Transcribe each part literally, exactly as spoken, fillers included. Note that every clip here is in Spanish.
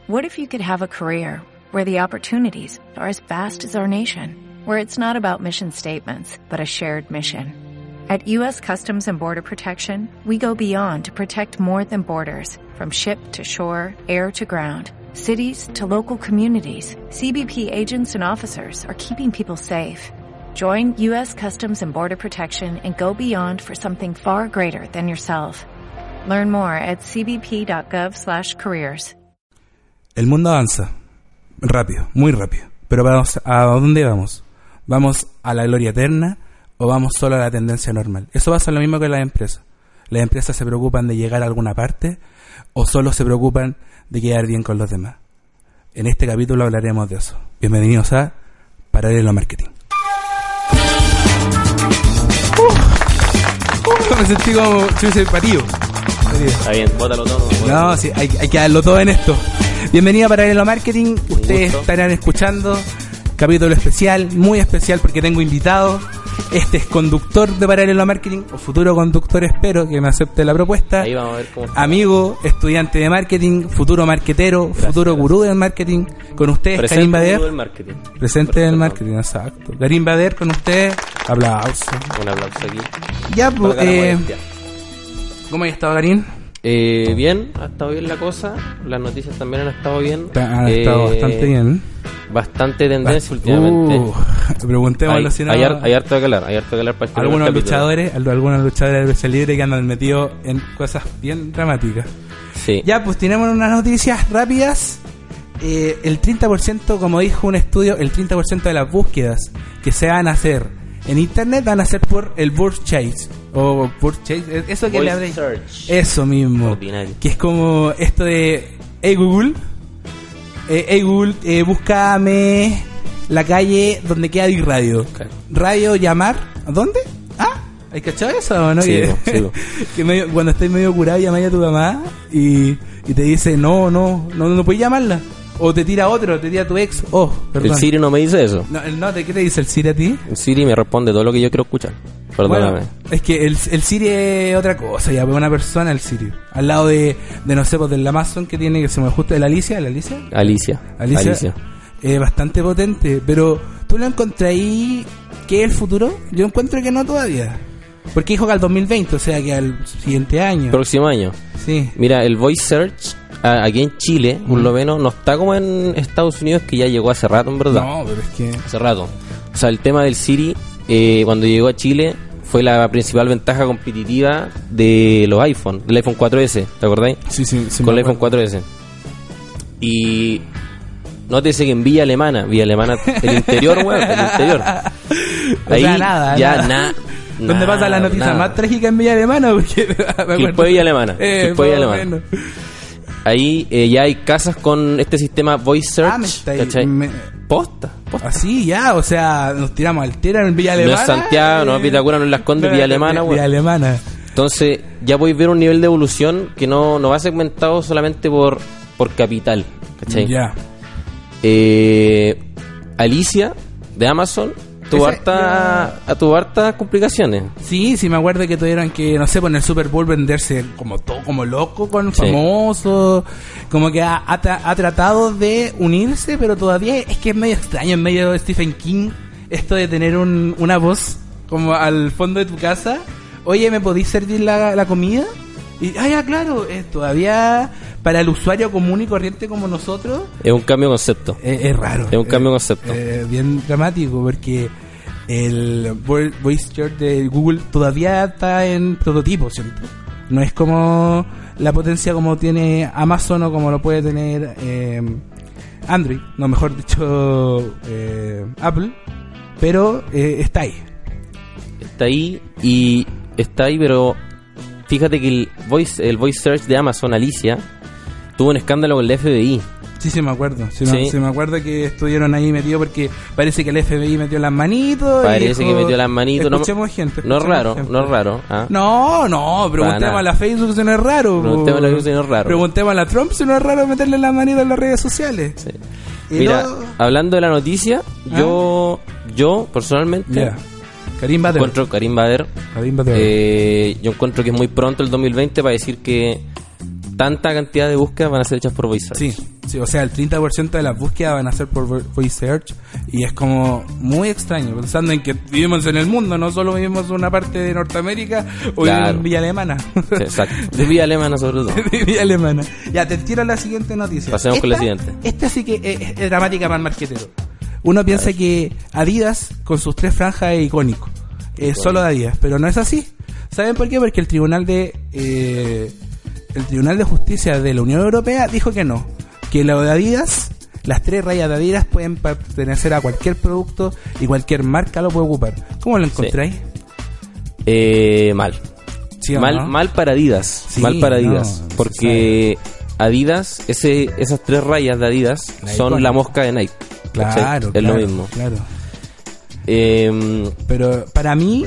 What if you could have a career where the opportunities are as vast as our nation, where it's not about mission statements, but a shared mission? At U S Customs and Border Protection, we go beyond to protect more than borders, from ship to shore, air to ground, cities to local communities. C B P agents and officers are keeping people safe. Join U S Customs and Border Protection and go beyond for something far greater than yourself. Learn more at c b p dot gov slash careers. El mundo avanza rápido, muy rápido. Pero vamos, ¿a dónde vamos? ¿Vamos a la gloria eterna o vamos solo a la tendencia normal? Eso pasa lo mismo que las empresas. Las empresas se preocupan de llegar a alguna parte o solo se preocupan de quedar bien con los demás. En este capítulo hablaremos de eso. Bienvenidos a Paralelo Marketing. Uh, uh, me sentí como si hubiese parido. Está bien, bótalo todo. No, no sí, hay, hay que darlo todo en esto. Bienvenido a Paralelo Marketing. Ustedes estarán escuchando capítulo especial, muy especial porque tengo invitado. Este es conductor de Paralelo Marketing, o futuro conductor, espero que me acepte la propuesta. Ahí vamos a ver cómo está. Amigo, estudiante de marketing, futuro marketero, gracias, futuro gracias. Gurú del marketing. Con ustedes, presente Karim Bader. Del marketing. Presente del marketing, exacto. Karim Bader con ustedes. Aplauso. Un aplauso aquí. Ya, pues, eh, ¿cómo ha estado, Karim? Eh, bien, ha estado bien la cosa. Las noticias también han estado bien. Han eh, estado bastante bien. Bastante tendencia Bast- últimamente. Uh, preguntémoslo hay, si no. Hay, hay harto que hablar, hay harto que hablar para este algunos capítulo. luchadores, algunos luchadores de lucha libre que andan metidos en cosas bien dramáticas. Sí. Ya, pues tenemos unas noticias rápidas. Eh, el treinta por ciento, como dijo un estudio, el treinta por ciento de las búsquedas que se van a hacer en internet van a ser por el Burst Chase o Burst Chase, eso que Voice le habré search. Eso mismo. Ordinario. Que es como esto de hey Google, eh, hey Google, eh, búscame la calle donde queda Di Radio. Okay. Radio llamar, ¿a dónde? Ah, ¿hay cachado eso o no? Sí, que, bo, sí, bo. que medio, cuando estés medio curado llamas a tu mamá y, y te dice no, no, no, no puedes llamarla. O te tira otro, te tira tu ex. Oh, perdón. El Siri no me dice eso. No, no, ¿qué te dice el Siri a ti? El Siri me responde todo lo que yo quiero escuchar. Perdóname. Bueno, es que el, el Siri es otra cosa, ya, una persona el Siri. Al lado de, de no sé, pues del Amazon que tiene, que se me ajusta, de la Alicia, ¿la Alicia? Alicia. Alicia. Alicia. Eh, bastante potente, pero ¿tú lo encontrás ahí que es el futuro? Yo encuentro que no todavía. Porque dijo que al dos mil veinte, o sea que al siguiente año. Próximo año. Sí. Mira, el Voice Search a, aquí en Chile, por lo menos, no está como en Estados Unidos, que ya llegó hace rato, en verdad. No, pero es que... Hace rato. O sea, el tema del Siri, eh, cuando llegó a Chile, fue la principal ventaja competitiva de los iPhone, del iPhone cuatro ese, ¿te acordáis? Sí, sí, sí. Con el iPhone cuatro ese. Y... nótese que en Villa Alemana, Villa Alemana, el interior, weón, el interior. Ahí, o sea, nada, ya nada. nada. ¿Dónde pasa la noticia nada. más trágica en Villa Alemana? Porque Quilpué Villa Alemana. Eh, Quilpué Villa Alemana. Ahí eh, ya hay casas con este sistema Voice Search. Ah, me está ahí, ¿cachai? me... Posta, posta. Así ya, o sea, nos tiramos al tiro en Villa No Alemana. es Santiago, no es Vitacura, no es Las Condes, Villa Alemana, Villa weón. Alemana. Entonces, ya podéis ver un nivel de evolución que no, no va segmentado solamente por, por capital, ¿cachai? Ya. Eh, Alicia, de Amazon, tuvo Ese, harta, ya. tuvo hartas complicaciones. Sí, sí me acuerdo que tuvieron que, no sé, por el Super Bowl venderse como todo, como loco con Sí. famosos, como que ha, ha, tra- ha tratado de unirse, pero todavía es que es medio extraño, en medio de Stephen King, esto de tener un, una voz como al fondo de tu casa. Oye, ¿me podéis servir la, la comida? Y, ah, ya, claro, es todavía para el usuario común y corriente como nosotros. Es un cambio de concepto. Es, es raro. Es un cambio de Es- concepto. Es bien dramático porque el vo- Voice Search de Google todavía está en prototipo, ¿cierto? No es como la potencia como tiene Amazon o como lo puede tener eh, Android, no, mejor dicho eh, Apple, pero eh, está ahí. Está ahí y está ahí, pero fíjate que el voice, el voice search de Amazon, Alicia, tuvo un escándalo con el F B I. Sí, sí me acuerdo. Sí, Sí. Me, sí me acuerdo que estuvieron ahí metidos porque parece que el F B I metió las manitos. y Parece dijo, que metió las manitos. No, Escuchemos gente. no es escuchemos raro, gente. no es raro. ¿ah? No, no, preguntemos nada. a la Facebook si no es raro. Preguntemos a la po. Facebook si no es raro. Preguntemos a la Trump si no es raro meterle las manitos en las redes sociales. Sí. Y Mira, no- hablando de la noticia, ¿Ah? yo yo personalmente Ya. Karim Bader. encuentro Karim Bader, Karim Bader. eh, yo encuentro que es muy pronto el dos mil veinte para decir que tanta cantidad de búsquedas van a ser hechas por Voice Search. Sí, sí, o sea, el treinta por ciento de las búsquedas van a ser por vo- Voice Search y es como muy extraño, pensando en que vivimos en el mundo, no solo vivimos en una parte de Norteamérica o Claro. en Villa Alemana. Sí, exacto. De vía alemana sobre todo. De Villa Alemana. Ya, te tiro la siguiente noticia. Pasemos con la Esta- siguiente. Esta sí que es, es dramática para el marquetero. Uno piensa que Adidas, con sus tres franjas, es icónico. Es solo de Adidas, pero no es así. ¿Saben por qué? Porque el Tribunal de eh, el Tribunal de Justicia de la Unión Europea dijo que no, que lo de Adidas, las tres rayas de Adidas pueden pertenecer a cualquier producto y cualquier marca lo puede ocupar. ¿Cómo lo encontráis? Eh, mal. ¿Sí o Mal, no? mal para Adidas. Sí, mal para Adidas. no, porque Adidas, ese, esas tres rayas de Adidas La son icónica. la mosca de Nike. ¿cachai? Claro, Es claro, lo mismo. Claro. Eh, Pero para mí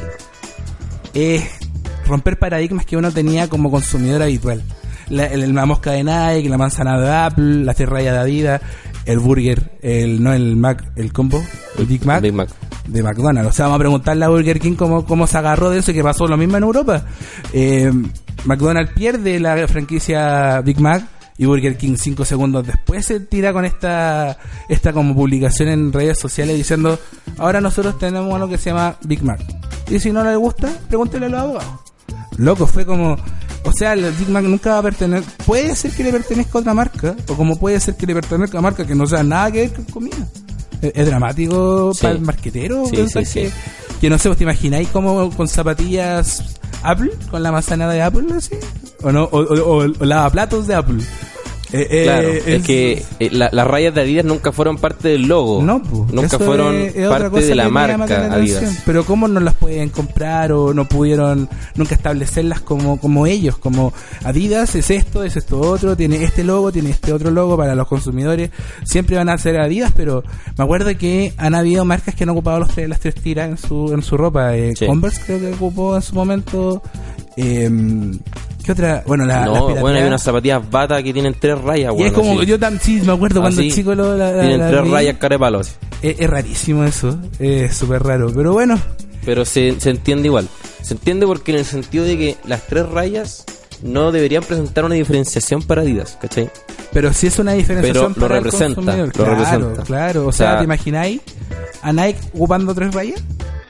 es romper paradigmas que uno tenía como consumidor habitual. La, el- la mosca de Nike, la manzana de Apple, la raya de Adidas, el burger, el no el Mac, el combo, el Big Mac, Big Mac. de McDonald's. O sea, vamos a preguntarle a Burger King cómo, cómo se agarró de eso y que pasó lo mismo en Europa. Eh, McDonald's pierde la franquicia Big Mac y Burger King cinco segundos después se tira con esta esta como publicación en redes sociales diciendo: ahora nosotros tenemos algo que se llama Big Mac. Y si no le gusta, pregúntele a los abogados. Loco, fue como... O sea, el Big Mac nunca va a pertenecer... Puede ser que le pertenezca a otra marca, o como puede ser que le pertenezca a marca que no sea nada que ver con comida. Es, es dramático Sí. para el marquetero Sí, pensar sí, que, sí. que no sé, ¿os te imagináis como con zapatillas Apple, con la manzana de Apple así? ¿O no? O, o, o, o lavaplatos de Apple. Eh, eh, Claro, es, que eh, la- las rayas de Adidas nunca fueron parte del logo. No, po. Nunca Eso fueron es- es otra parte cosa de la que me llama marca la atención. Adidas. Pero cómo no las pueden comprar o no pudieron nunca establecerlas como como ellos, como Adidas es esto, es esto otro, tiene este logo, tiene este otro logo para los consumidores. Siempre van a ser Adidas, pero me acuerdo que han habido marcas que han ocupado los tres, las tres tiras en su en su ropa. Eh, Sí. Converse creo que ocupó en su momento. Eh, ¿Qué otra? Bueno, la, las No, bueno, hay pirateadas. unas zapatillas Bata que tienen tres rayas. Y es bueno, como, así. yo tam, sí, me acuerdo cuando Así, chico lo, la, la- Tienen la tres vi. rayas cara de palo. así. Es, es rarísimo eso, es súper raro, pero bueno, Pero se, se entiende igual. Se entiende porque en el sentido de que las tres rayas no deberían presentar una diferenciación para Adidas, ¿cachai? pero sí es una diferenciación Pero lo para representa, el consumidor. lo Claro, representa. claro, o, O sea, sea, ¿te imagináis a Nike ocupando tres rayas?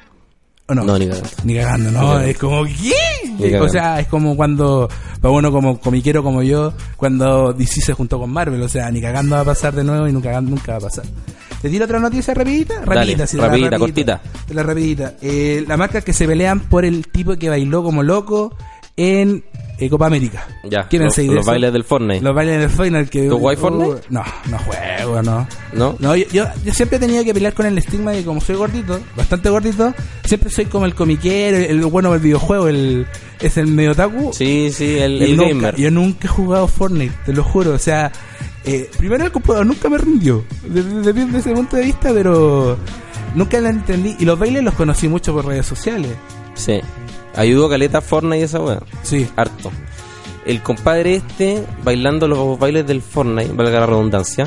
¿O no? No, ni cagando. Ni cagando, Ni no, cagando. es como ¿qué? Ni O cagando. sea, es como cuando, para uno como comiquero como yo, cuando D C se juntó con Marvel, o sea, ni cagando va a pasar de nuevo y nunca, nunca va a pasar. ¿Te tiro otra noticia rapidita? Rapidita, Dale, sí, de la rapidita, cortita. De la rapidita. Eh, la marca que se pelean por el tipo que bailó como loco en eh, Copa América. Ya, ¿Qué los, pensáis de los eso? bailes del Fortnite. Los bailes del Fortnite que... ¿Tú juegas uh, Fortnite? No, no juego, no. ¿No? No, yo, yo, yo siempre he tenido que pelear con el estigma de que como soy gordito, bastante gordito, siempre soy como el comiquero, el, el bueno del videojuego, el es el medio otaku. Sí, sí, el, Y el nunca- gamer. Yo nunca he jugado Fortnite, te lo juro. O sea, eh, primero el computador nunca me rindió, desde, desde- desde ese punto de vista, pero nunca lo entendí. Y los bailes los conocí mucho por redes sociales. Sí. Ayudó caleta Fortnite y esa weá. Sí. Harto. El compadre este, bailando los bailes del Fortnite, valga la redundancia,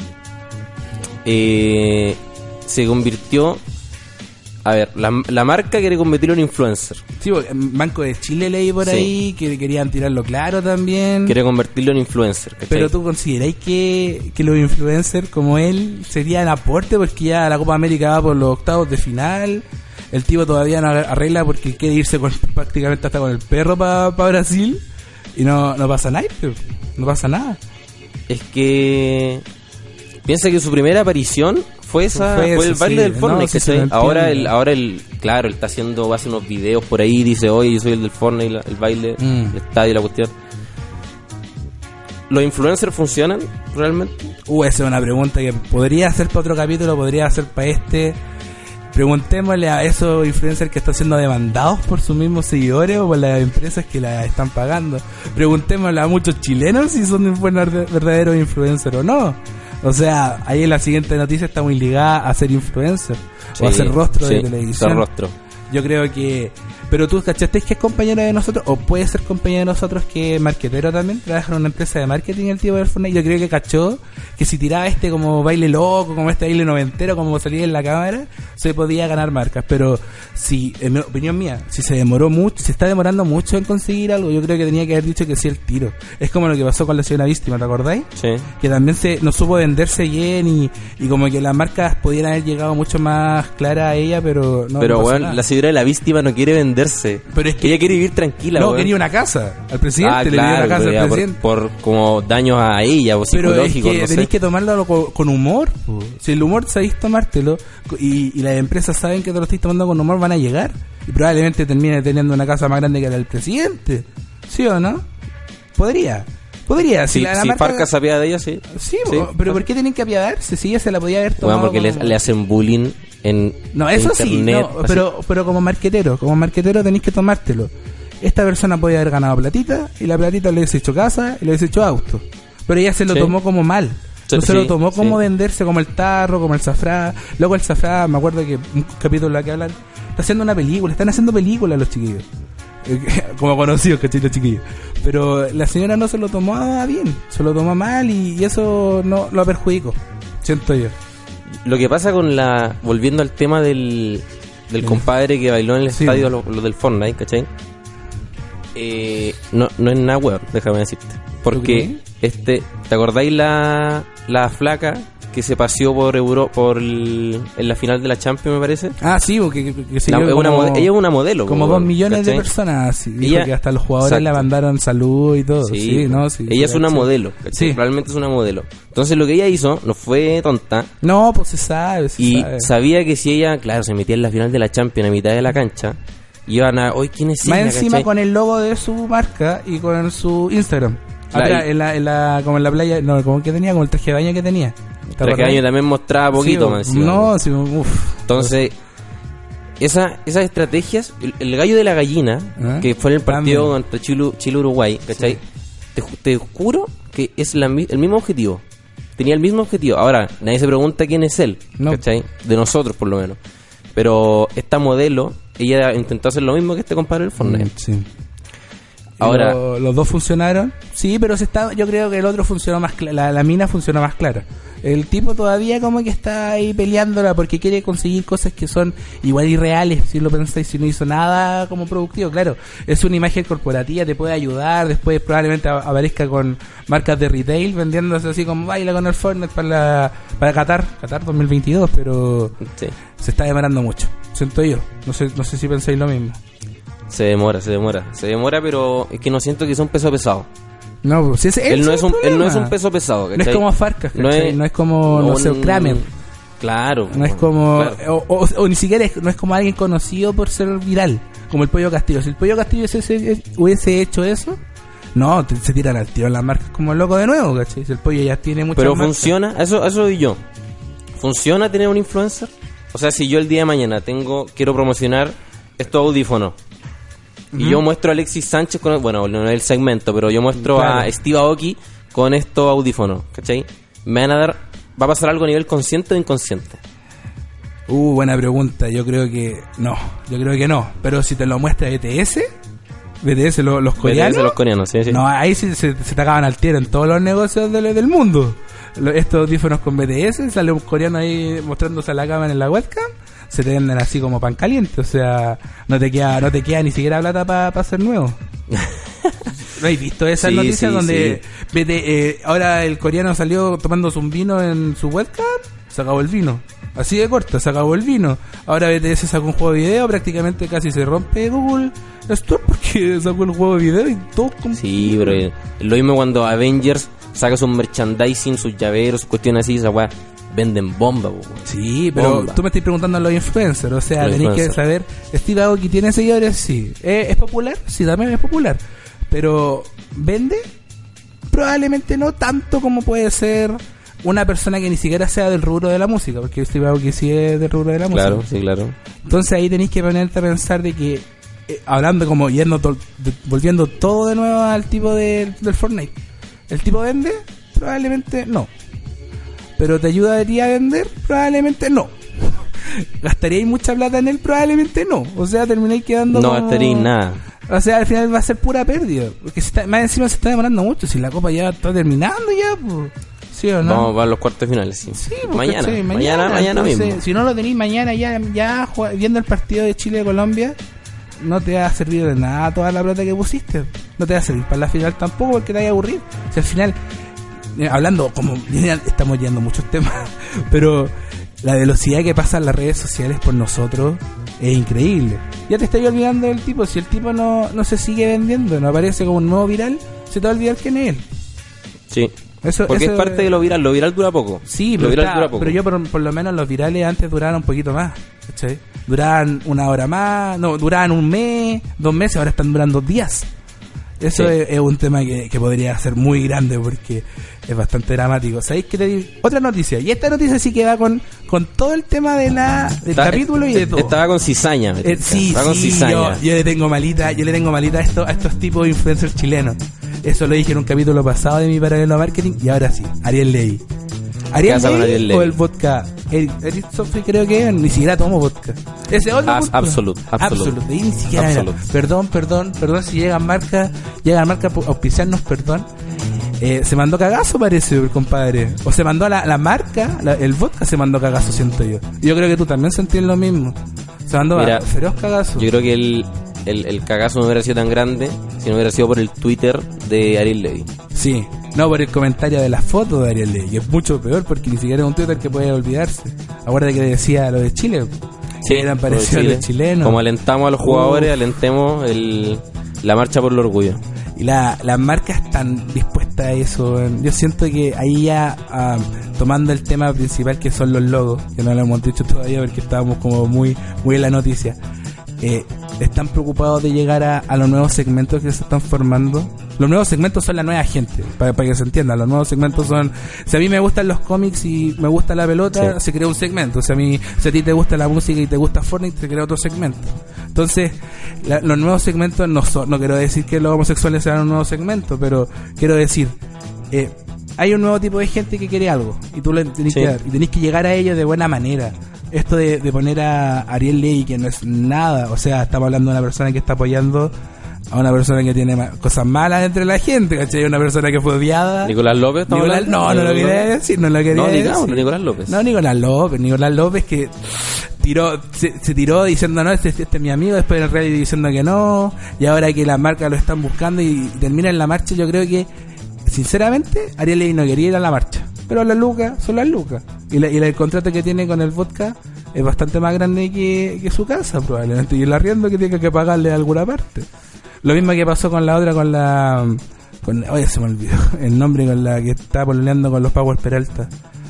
eh, se convirtió... A ver, la, la marca quiere convertirlo en influencer. Sí, porque en Banco de Chile leí por Sí. ahí que querían tirarlo claro también. Quiere convertirlo en influencer. ¿cachai? Pero tú consideráis que, que los influencers como él serían aporte porque ya la Copa América va por los octavos de final. El tipo todavía no arregla porque quiere irse con, prácticamente hasta con el perro para Brasil. Y no, no pasa nada, tío. No pasa nada. Es que... Piensa que su primera aparición fue esa Fue fue, eso, el baile sí. del Fortnite, No, sí, ¿cachai? se lo ahora entiendo. el ahora el claro, él está haciendo hace unos videos por ahí, dice, "Oye, yo soy el del Fortnite, la- el baile, Mm. el estadio, la cuestión." ¿Los influencers funcionan realmente? Uh, esa es una pregunta que podría hacer para otro capítulo, podría hacer para este. Preguntémosle a esos influencers que están siendo demandados por sus mismos seguidores o por las empresas que la están pagando. Preguntémosle a muchos chilenos si son buenos verdaderos influencers o no. O sea, ahí en la siguiente noticia está muy ligada a ser influencer o a Sí, ser rostro sí, de televisión. ser rostro. Yo creo que... Pero tú, ¿cachaste que es compañero de nosotros? O puede ser compañero de nosotros que es marquetero también. Trabaja en una empresa de marketing el tipo del Fortnite. Yo creo que cachó que que si tiraba este como baile loco, como este baile noventero, como salía en la cámara, se podía ganar marcas. Pero si, en mi opinión mía, si se demoró mucho, se está demorando mucho en conseguir algo, yo creo que tenía que haber dicho que sí el tiro. Es como lo que pasó con la señora Víctima, ¿te acordáis? Sí. Que también se no supo venderse bien y, y como que las marcas podían haber llegado mucho más claras a ella, pero no. Pero no bueno, nada. La señora de la Víctima no quiere venderse. Pero es que ella quiere vivir tranquila. no, weón. quería una casa al presidente, Ah, le claro, dio una casa pero al ya presidente. por, por como daños a ella o Pero es psicológicos, que no sé. tenéis que tomarlo con, con humor. Po. Si el humor sabéis tomártelo y, y las empresas saben que te lo estáis tomando con humor, van a llegar y probablemente termine teniendo una casa más grande que la del presidente. ¿Sí o no? Podría. Podría. Si, Si, la, la si marca... Farca se apiada de ella, sí. Sí, Sí. po, pero ¿por qué tienen que apiadarse? Si ella se la podía haber tomado. Bueno, porque como... le, le hacen bullying en No, eso sí, internet. no, así. pero, pero como marquetero, como marquetero tenéis que tomártelo. Esta persona podía haber ganado platita y la platita le hubiese hecho casa y le hubiese hecho auto. Pero ella se lo Sí. tomó como mal. Sí, No se lo sí, tomó como sí. venderse como el tarro, como el zafrá. Luego el zafrá, me acuerdo que un capítulo en la que hablan, está haciendo una película, están haciendo películas los chiquillos. Eh, como conocidos, ¿cachai? Los chiquillos. Pero la señora no se lo tomó bien, se lo tomó mal y, y eso no lo perjudicó, siento yo. Lo que pasa con la... Volviendo al tema del, del Sí. compadre que bailó en el Sí. estadio, lo, lo del Fortnite, ¿cachai? Eh, no, no es nada weón, déjame decirte. Porque, este, ¿te acordáis la, la flaca que se paseó por Euro, por el- en la final de la Champions, me parece? Ah, sí, porque que, que se La- dio es una como- mode- ella es una modelo. Como po, dos millones ¿cachai? de personas. Sí, dijo Ella- que hasta los jugadores exacto. le mandaron salud y todo. Sí, Sí, po. no, sí, ella sí, es una sí. modelo, ¿cachai? Sí. Realmente es una modelo. Entonces lo que ella hizo no fue tonta. No, pues se sabe, se Y sabe. sabía que si ella, claro, se metía en la final de la Champions a mitad de la cancha, iban a... Hoy, ¿quién es Más ella, encima cachai? con el logo de su marca y con su Instagram. Claro, Atrás, y- en la, en la, como en la playa, no, como que tenía, como el traje de baño que tenía. ¿Te Traje de acordás? baño también mostraba poquito Sí, más encima. No, sí, uff. Entonces, esa, esas estrategias, el, el gallo de la gallina, ¿Eh? que fue en el partido También. contra Chile, Chile-Uruguay, ¿cachai? Te, ju- te juro que es la, mi- el mismo objetivo. Tenía el mismo objetivo. Ahora, nadie se pregunta quién es él, No. ¿cachai? De nosotros, por lo menos. Pero esta modelo, ella intentó hacer lo mismo que este compadre del Fortnite. Sí. Ahora- Lo- los dos funcionaron. Sí, pero se está, yo creo que el otro funcionó más clara. La, la mina funcionó más clara. El tipo todavía como que está ahí peleándola porque quiere conseguir cosas que son igual irreales. Si lo pensáis, si no hizo nada como productivo, claro. Es una imagen corporativa, te puede ayudar. Después probablemente a- aparezca con marcas de retail vendiéndose así como baila con el Fortnite para, la, para Qatar, Qatar dos mil veintidós. Pero Sí. se está demorando mucho. Siento yo. No sé, no sé si pensáis lo mismo. Se demora, se demora. Se demora, pero es que no siento que sea un peso pesado. No, pues, si ese- Él ese no es es el un, él no problema. es un peso pesado, No es ¿cachai? como Farcas, No ¿cachai? es- no es como, no, sé, un- Kramer. Claro. No es como... claro. O, o- o ni siquiera es, no es como alguien conocido por ser viral, como el Pollo Castillo. Si el Pollo Castillo ese- ese- hubiese hecho eso, no, te- se tiran al tiro las marcas como loco de nuevo, ¿cachai? Si el Pollo ya tiene muchas Pero marcas. funciona, eso, eso doy yo. ¿Funciona tener un influencer? O sea, si yo el día de mañana tengo, quiero promocionar estos audífonos y Ujú. yo muestro a Alexis Sánchez con, bueno, no es el segmento, pero yo muestro Claro. a Steve Aoki con estos audífonos, ¿cachai? Me van a dar, va a pasar algo a nivel consciente o inconsciente. Uh, buena pregunta. Yo creo que no. Yo creo que no. Pero si te lo muestra B T S, B T S, lo- los coreanos... B T S, los coreanos, sí, sí. No, ahí sí se, se te acaban al tiro en todos los negocios del, del mundo. Lo- estos audífonos con B T S, sale un coreano ahí mostrándose a la cámara en la webcam, se te venden así como pan caliente, o sea, no te queda no te queda ni siquiera plata para ser nuevo. ¿No habéis visto esas Sí, noticias sí, donde B T eh, ahora el coreano salió tomándose un vino en su webcam? Se acabó el vino. Así de corto, se acabó el vino. Ahora B T S sacó un juego de video, prácticamente casi se rompe Google Store porque sacó el juego de video y todo con... Sí, pero eh, lo mismo cuando Avengers saca su merchandising, sus llaveros, sus cuestiones así, esa weá, venden bomba, po, weón. Sí, pero Bomba. tú me estás preguntando a los influencers, o sea, Los tenéis que influencers. saber, Steve Aoki tiene seguidores, sí. ¿Es, es popular? Sí, también es popular. Pero, ¿vende? Probablemente no tanto como puede ser una persona que ni siquiera sea del rubro de la música, porque Steve Aoki sí es del rubro de la Claro, música. sí, claro. Entonces ahí tenéis que ponerte a pensar de que, eh, hablando como yendo, to- de- volviendo todo de nuevo al tipo de, del Fortnite, ¿el tipo vende? Probablemente no. ¿Pero te ayudaría a vender? Probablemente no. ¿Gastaríais mucha plata en él? Probablemente no. O sea, termináis quedando No como- gastaréis nada. O sea, al final va a ser pura pérdida. Porque se está- más encima se está demorando mucho. Si la copa ya está terminando ya, pues. ¿Sí o no? Vamos a los cuartos finales, sí. Sí, porque, mañana, sí, mañana, mañana, entonces, mismo. Si no lo tenéis mañana, ya, ya jug- viendo el partido de Chile-Colombia, no te va a servir de nada toda la plata que pusiste. No te va a servir para la final tampoco porque te vaya a aburrir. O sea, al final, eh, hablando, como ya estamos yendo muchos temas, pero la velocidad que pasan las redes sociales por nosotros es increíble. Ya te estoy olvidando del tipo. Si el tipo no, no se sigue vendiendo, no aparece como un nuevo viral, se te va a olvidar quién es él. Sí. Eso, Porque eso, es parte de lo viral. Lo viral dura poco. Sí, lo pero, viral está, dura poco. pero yo por, por lo menos los virales antes duraban un poquito más, ¿cachai? Duraban una hora más, no, duraban un mes, dos meses, ahora están durando días. Eso Sí. es, es un tema que, que podría ser muy grande porque es bastante dramático. ¿Sabéis qué te digo? Otra noticia, y esta noticia sí que va con, con todo el tema de la, del Está- capítulo y de todo. Estaba con cizaña. Eh, sí, Estaba con sí, cizaña. yo, yo le tengo malita, yo le tengo malita a, esto, a estos tipos de influencers chilenos. Eso lo dije en un capítulo pasado de mi paralelo marketing y ahora sí, Ariel Levy. ¿Ariel pasa con Levy Ariel o Levy? el vodka? Eric, Eric Sophie creo que ni siquiera tomo vodka. Ese otro As- punto. absolute, absolute. Absolute, y ni siquiera era. Absolute. Perdón, perdón, perdón si llegan marcas, llegan marcas a auspiciarnos, perdón. Eh, se mandó cagazo parece el compadre. O se mandó la, la marca, la- el vodka se mandó cagazo, siento yo. Y yo creo que tú también sentís lo mismo. Se mandó Mira, a feroz cagazo. Yo creo que el, el, el cagazo no hubiera sido tan grande si no hubiera sido por el Twitter de Ariel Levy. Sí, no por el comentario de las fotos de Ariel Levy, que es mucho peor porque ni siquiera es un Twitter que puede olvidarse. Acuérdate que decía lo de Chile, que eran por parecidos a Chile. los chilenos. Como alentamos a los jugadores, Uf. alentemos el, la marcha por el orgullo. Y la, las marcas están dispuestas a eso. Yo siento que ahí ya, ah, tomando el tema principal que son los logos, que no lo hemos dicho todavía porque estábamos como muy, muy en la noticia, eh, están preocupados de llegar a, a los nuevos segmentos que se están formando. Los nuevos segmentos son la nueva gente, para, para que se entienda. Los nuevos segmentos son, si a mí me gustan los cómics y me gusta la pelota, Sí. se crea un segmento. Si a mí, si a ti te gusta la música y te gusta Fortnite, se crea otro segmento. Entonces, la, los nuevos segmentos no son, no quiero decir que los homosexuales sean un nuevo segmento, pero quiero decir, eh, hay un nuevo tipo de gente que quiere algo y tú le tenés Sí. que dar, y tenés que llegar a ellos de buena manera. Esto de, de poner a Ariel Levy, que no es nada, o sea, estamos hablando de una persona que está apoyando a una persona que tiene ma- cosas malas entre la gente, ¿cachai? Una persona que fue odiada. Nicolás López, ¿estamos Nicolás, hablando? no, no lo Nicolás quería López. decir, no lo quería No, decir. digámoslo, Nicolás López. No, Nicolás López, Nicolás López que tiró, se, se tiró diciendo no, este, este es mi amigo, después en el radio diciendo que no, y ahora que las marcas lo están buscando y termina en la marcha, yo creo que, sinceramente, Ariel Levy no quería ir a la marcha, pero las lucas son las lucas, y, la, y la- el contrato que tiene con el vodka es bastante más grande que, que su casa probablemente, y el arriendo que tiene que pagarle a alguna parte. Lo mismo que pasó con la otra, con la... Con, oye, se me olvidó el nombre, con la que está pololeando con los Power Peralta.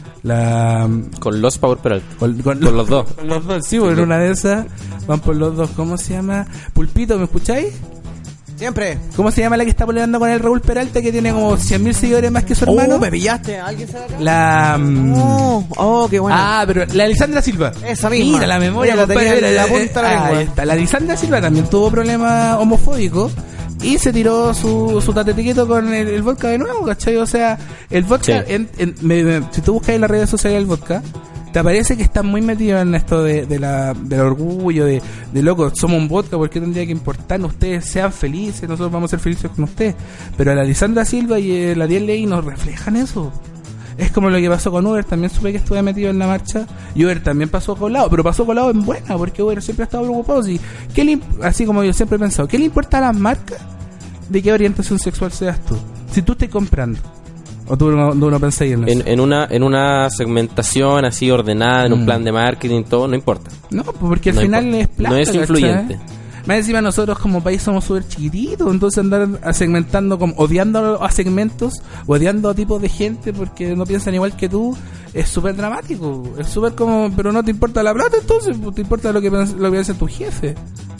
La... Con los Power Peralta. Con, con- Con los dos. Con los dos, sí, porque en una de esas van por los dos. ¿Cómo se llama? Pulpito, ¿me escucháis? Siempre. ¿Cómo se llama la que está pololeando con el Raúl Peralta, que tiene como cien mil seguidores más que su hermano? Oh, me pillaste. ¿Alguien sabe acá? La... mm, Oh, oh, qué bueno. Ah, pero la Alexandra Silva. Esa misma. Mira la memoria, Mira, la compadre, tenía en mira, la punta de la ah, lengua. ahí está. La Alexandra Silva también tuvo problemas homofóbicos y se tiró su, su tatetiqueto con el, el vodka de nuevo, ¿cachai? O sea, el vodka, Sí. en, en- me- me- si tú buscas en las redes sociales el vodka, te aparece que está muy metido en esto de, de la, del orgullo, de, de loco, somos un vodka, ¿por qué tendría que importarnos? Ustedes sean felices, nosotros vamos a ser felices con ustedes. Pero la Alexandra Silva y el Ariel Levy nos reflejan eso. Es como lo que pasó con Uber, también supe que estuve metido en la marcha. Y Uber también pasó colado, pero pasó colado en buena, porque Uber siempre ha estado preocupado. Si, ¿qué le imp- así como yo siempre he pensado, ¿qué le importa a las marcas de qué orientación sexual seas tú? Si tú estás comprando. ¿O tú no, no, no pensáis en eso? En, en una en una segmentación así ordenada, en un Mm. plan de marketing, todo, no importa. No, pues porque al No final importa. es plata, No es ¿cachai? influyente. Más encima nosotros como país somos súper chiquititos, entonces andar a segmentando, como odiando a segmentos, odiando a tipos de gente porque no piensan igual que tú, es súper dramático. Es súper como, pero no te importa la plata, entonces pues, te importa lo que piensa, lo que piensa tu jefe.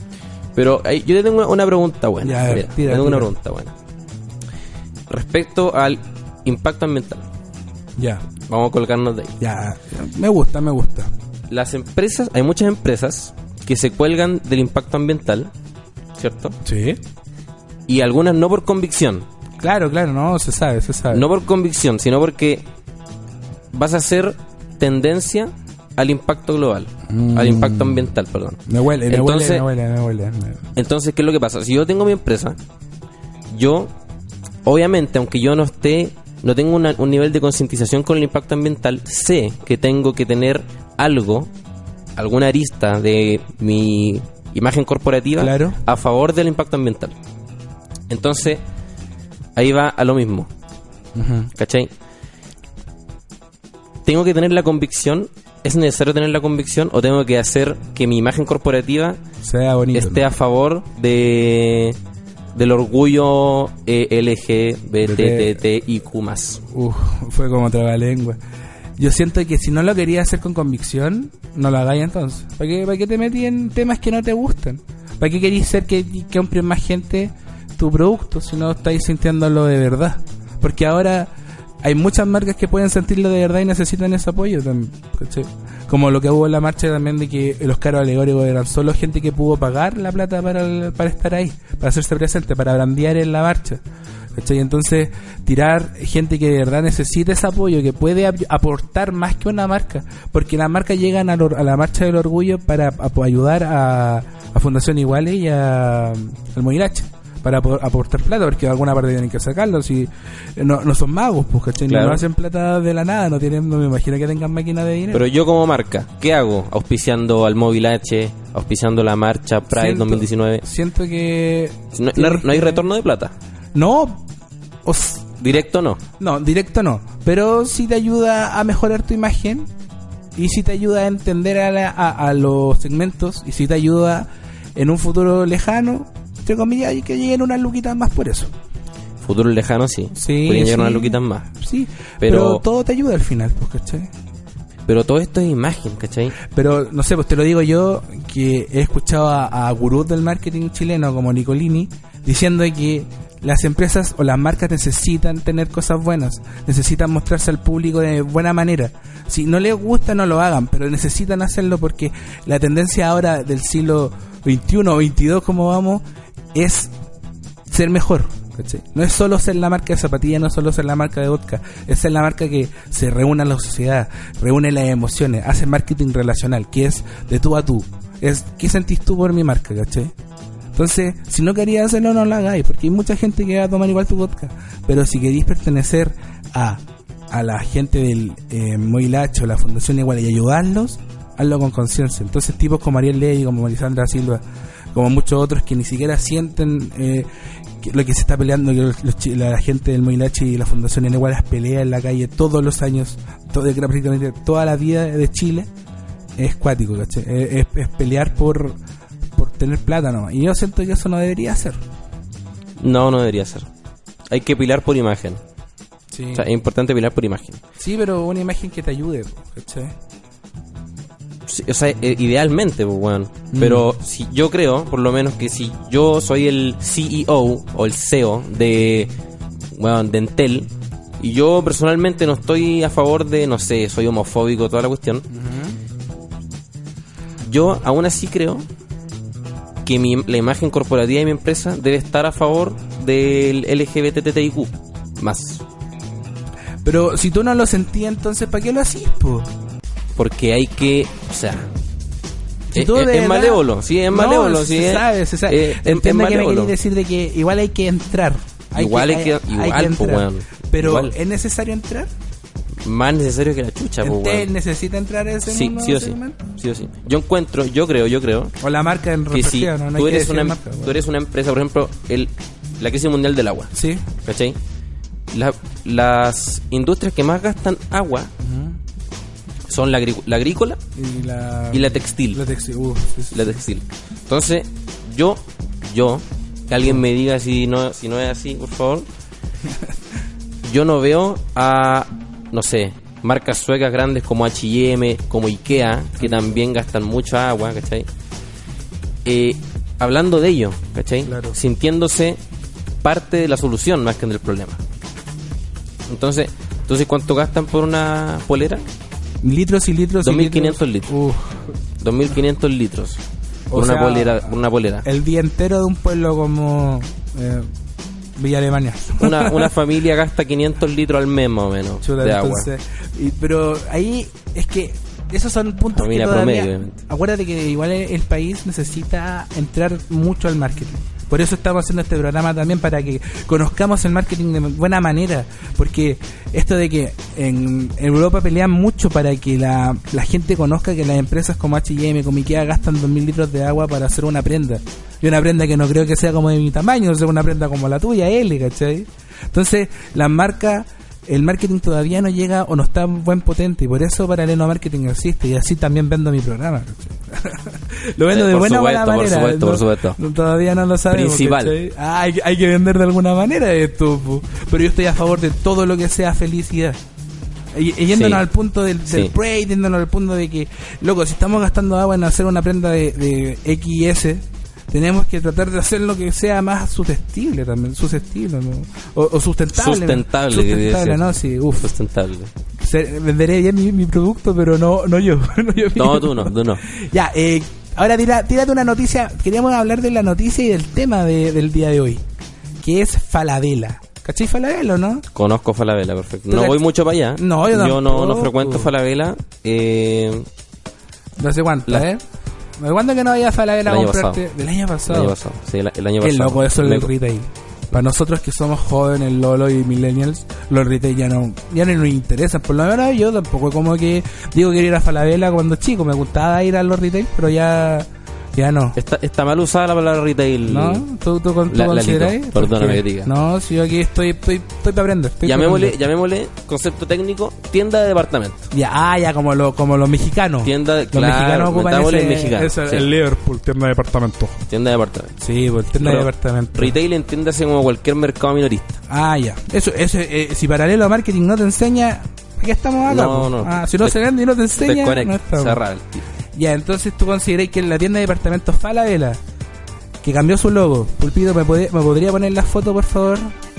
Pero ahí, yo le tengo una, una pregunta buena. Ya, a ver, Mira, tira, le tengo una tira. pregunta buena. Respecto al impacto ambiental. Ya, Vamos a colocarnos de ahí. ya, me gusta, me gusta. Las empresas, hay muchas empresas que se cuelgan del impacto ambiental, ¿cierto? Sí. Y algunas no por convicción. Claro, claro, no, se sabe, se sabe. No por convicción, sino porque vas a hacer tendencia al impacto global, Mm. al impacto ambiental, perdón. Me huele, me Entonces- huele, me huele, me huele. Entonces, ¿qué es lo que pasa? Si yo tengo mi empresa, yo, obviamente, aunque yo no esté no tengo una, un nivel de concientización con el impacto ambiental, sé que tengo que tener algo, alguna arista de mi imagen corporativa claro. a favor del impacto ambiental. Entonces, ahí va a lo mismo. Uh-huh. ¿Cachai? Tengo que tener la convicción, ¿es necesario tener la convicción o tengo que hacer que mi imagen corporativa sea bonito, esté ¿no? a favor de del orgullo eh, L G B T T I Q más? Uf, fue como trabalengua. Yo siento que si no lo querías hacer con convicción, no lo hagáis entonces. ¿Para qué, para qué te metí en temas que no te gustan? ¿Para qué queréis ser que, que compre más gente tu producto si no estáis sintiéndolo de verdad? Porque ahora hay muchas marcas que pueden sentirlo de verdad y necesitan ese apoyo también, ¿cachai? Como lo que hubo en la marcha también de que los carros alegóricos eran solo gente que pudo pagar la plata para, el, para estar ahí, para hacerse presente, para brandear en la marcha, ¿cachai? Entonces tirar gente que de verdad necesita ese apoyo, que puede ap- aportar más que una marca, porque las marcas llegan a, lo, a la marcha del orgullo para a, ayudar a, a Fundación Iguales y a, al Moirache, para poder aportar plata, porque de alguna parte tienen que sacarlo. Si no, no son magos, pues, ¿cachai? Claro. No hacen plata de la nada, no tienen, no me imagino que tengan máquina de dinero. Pero yo como marca, ¿qué hago? Auspiciando al Móvil H, auspiciando la marcha Pride Siento- dos mil diecinueve. Siento que No, no, no hay retorno de plata. no, os- Directo no. no, directo no, pero sí te ayuda a mejorar tu imagen y sí te ayuda a entender a, la- a, a los segmentos y sí te ayuda en un futuro lejano, entre comillas, y que lleguen unas luquitas más por eso. Futuro lejano sí. Sí, Podrían llegar sí. unas luquitas más. Sí, Pero- pero, todo te ayuda al final, pues, ¿cachai? Pero todo esto es imagen, ¿cachai? Pero, no sé, pues te lo digo yo, que he escuchado a, a gurús del marketing chileno como Nicolini diciendo que las empresas o las marcas necesitan tener cosas buenas, necesitan mostrarse al público de buena manera. Si no les gusta, no lo hagan, pero necesitan hacerlo porque la tendencia ahora del siglo veintiuno o veintidós, como vamos, es ser mejor, ¿cachai? No es solo ser la marca de zapatillas, no es solo ser la marca de vodka, es ser la marca que se reúne a la sociedad, reúne las emociones, hace marketing relacional, que es de tú a tú, es ¿qué sentís tú por mi marca, ¿cachai? Entonces, si no querías hacerlo, no lo hagáis, porque hay mucha gente que va a tomar igual tu vodka, pero si queréis pertenecer a a la gente del eh, Moilacho, la Fundación Igual, y ayudarlos, hazlo con conciencia. Entonces tipos como Ariel Ley, como Marisandra Silva, como muchos otros que ni siquiera sienten eh, que lo que se está peleando, que los, los, la gente del Moilache y la Fundación Igual las pelea en la calle todos los años, todo, prácticamente toda la vida de Chile, es cuático, ¿cachai? Es, es, es pelear por por tener plata nomás. Y yo siento que eso no debería ser. No, no debería ser. Hay que pilar por imagen. Sí, O sea, es importante pilar por imagen. sí, pero una imagen que te ayude, ¿cachai? Sí, o sea, eh, idealmente, pues, weón. Mm. Pero si yo creo, por lo menos, que si yo soy el C E O o el C E O de, weón, de Entel, y yo personalmente no estoy a favor de, no sé, soy homofóbico, toda la cuestión, yo aún así creo que mi, la imagen corporativa de mi empresa debe estar a favor del L G B T T I Q más. Pero si tú no lo sentías, entonces ¿para qué lo hacís, po? Porque hay que, o sea, Si es, tú es- de es verdad- malévolo, sí, es malévolo, no, sí, se es, sabe, se sabe. eh, es- es Entiendo que me malévolo. queréis decir de que igual hay que entrar. Hay Igual que, hay que- hay igual, que po, entrar. weón. Pero Igual. ¿es necesario entrar? Más necesario que la chucha, pues, ¿Entel weón. necesita entrar a ese Sí, mundo? sí o ese sí, segmento? sí o sí. Yo encuentro, yo creo, yo creo O la marca en que si respectiva, no, no hay tú que eres decir una, marca, tú weón. eres una empresa, por ejemplo, el, la crisis mundial del agua, Sí. ¿cachai? La- las industrias que más gastan agua son la, agri- la agrícola Y la, y la textil. La textil, uf, sí, sí. La textil. Entonces, yo, yo, que alguien me diga si no, si no es así, por favor. Yo no veo a, no sé, marcas suecas grandes como H y M, como Ikea, que también gastan mucha agua, ¿cachai? Eh, hablando de ello, ¿cachai? Claro. Sintiéndose parte de la solución más que del problema. Entonces, entonces ¿cuánto gastan por una polera? Litros y litros y dos mil quinientos litros. litros. Uf. dos mil quinientos litros. Por O una sea, polera, por una polera. El día entero de un pueblo como eh, Villa Alemania. Una, una familia gasta quinientos litros al mes más o menos Chuta, de agua. entonces, y- pero ahí es que esos son puntos que Familia todavía, promedio, obviamente. acuérdate que igual el, el país necesita entrar mucho al marketing. Por eso estamos haciendo este programa también, para que conozcamos el marketing de buena manera. Porque esto de que en Europa pelean mucho para que la, la gente conozca que las empresas como H y M, como IKEA, gastan dos mil litros de agua para hacer una prenda. Y una prenda que no creo que sea como de mi tamaño, o sea, una prenda como la tuya, L, ¿cachai? Entonces, las marcas... el marketing todavía no llega o no está buen potente, y por eso Paralelo Marketing existe, y así también vendo mi programa. Lo vendo eh, de buena, supuesto, buena manera. Por supuesto, no, por supuesto. No, todavía no lo sabemos. Principal. Ah, hay, hay que vender de alguna manera esto, pu. Pero yo estoy a favor de todo lo que sea felicidad. Y, y yéndonos sí. al punto del, del sí. Prey, yéndonos al punto de que, loco, si estamos gastando agua en hacer una prenda de, de equis ese, tenemos que tratar de hacer lo que sea más susceptible también, susceptible, ¿no? o, o sustentable. Sustentable, ¿no? Sustentable, ¿no? Sí, uf. Sustentable. Se, venderé bien mi, mi producto, pero no no yo. No, yo no tú no, tú no. Ya, eh, ahora tira, tírate una noticia. Queríamos hablar de la noticia y del tema de, del día de hoy, que es Falabella. ¿Cachai Falabella o no? Conozco Falabella, perfecto. No voy mucho para allá. No, yo, yo no, no frecuento Falabella. Eh, no sé cuánto, la... ¿eh? ¿De cuándo que no había Falabella a comprarte? Del año pasado. El año pasado, sí, el, el año pasado. Qué loco eso del retail. Para nosotros que somos jóvenes, Lolo y millennials, los retail ya no ya no nos interesan. Por lo menos yo tampoco como que digo que quería ir a Falabella cuando chico. Me gustaba ir a los retail, pero ya... Ya no. Está, está mal usada la palabra retail. ¿No? ¿Tú, tú, tú la, consideras? La Perdóname que diga. No, si yo aquí estoy estoy, estoy para aprender. Estoy llamémosle, llamémosle, concepto técnico, tienda de departamento. Ya, ah, ya, como, lo, como los mexicanos. Tienda de, los claro, mexicanos ocupan ese, mexicano, ese, sí. El Liverpool, tienda de departamento. Tienda de departamento. Sí, pues tienda Pero de departamento. Retail entiéndase como cualquier mercado minorista. Ah, ya. Eso, eso eh, si Paralelo Marketing no te enseña, ¿qué estamos acá? No, no. Ah, si no te, se vende y no te enseña, no estamos. Cerrar. Ya, entonces tú consideráis que en la tienda de departamentos Falabella, que cambió su logo, Pulpito, ¿me, podría, ¿me podría poner la foto, por favor?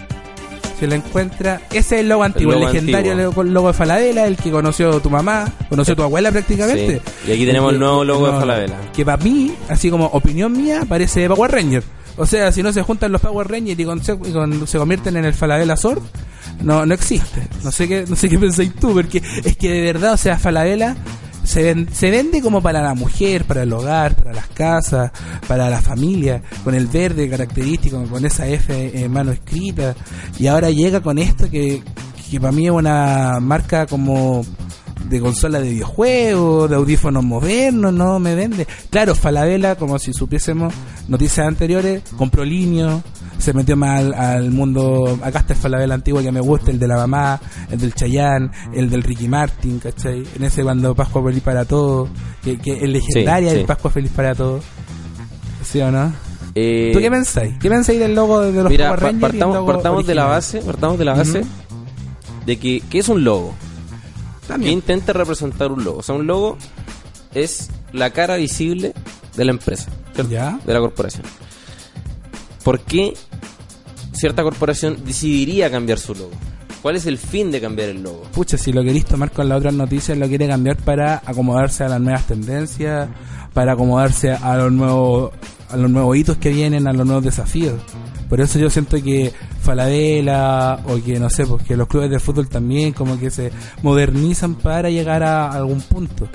Si la encuentra. Ese es el logo antiguo, el, logo el legendario antiguo. Logo de Falabella, el que conoció tu mamá, conoció tu abuela prácticamente. Sí. Y aquí tenemos el, el nuevo logo no, de Falabella. Que para mí, así como opinión mía, parece Power Ranger. O sea, si no se juntan los Power Rangers y, con, y con, se convierten en el Falabella Sword, no no existe. No sé qué no sé qué pensáis tú, porque es que de verdad, o sea, Falabella Se, ven, se vende como para la mujer, para el hogar, para las casas, para la familia, con el verde característico, con esa F en mano escrita, y ahora llega con esto que, que para mí es una marca como de consola de videojuegos, de audífonos modernos, no me vende. Claro, Falabella, como si supiésemos noticias anteriores, compró Linio, se metió más al, al mundo. Acá está el Falabella antiguo que me gusta, el de la mamá, el del Chayanne, el del Ricky Martin, ¿cachai? En ese cuando Pascua Feliz para Todos, que, que es legendaria, sí, sí. El Pascua Feliz para Todos, ¿sí o no? Eh, ¿Tú qué pensáis? ¿Qué pensáis del logo de los mira, Power Rangers? Partamos, logo partamos de la base, partamos de la base uh-huh. de que ¿qué es un logo? También. Que intenta representar un logo. O sea, un logo es la cara visible de la empresa, ¿cierto? ¿Ya? De la corporación. ¿Por qué cierta corporación decidiría cambiar su logo? ¿Cuál es el fin de cambiar el logo? Pucha, si lo queréis tomar con las otras noticias, lo quiere cambiar para acomodarse a las nuevas tendencias, para acomodarse a los nuevos a los nuevos hitos que vienen, a los nuevos desafíos. Por eso yo siento que Falabella o que no sé, pues que los clubes de fútbol también como que se modernizan para llegar a algún punto.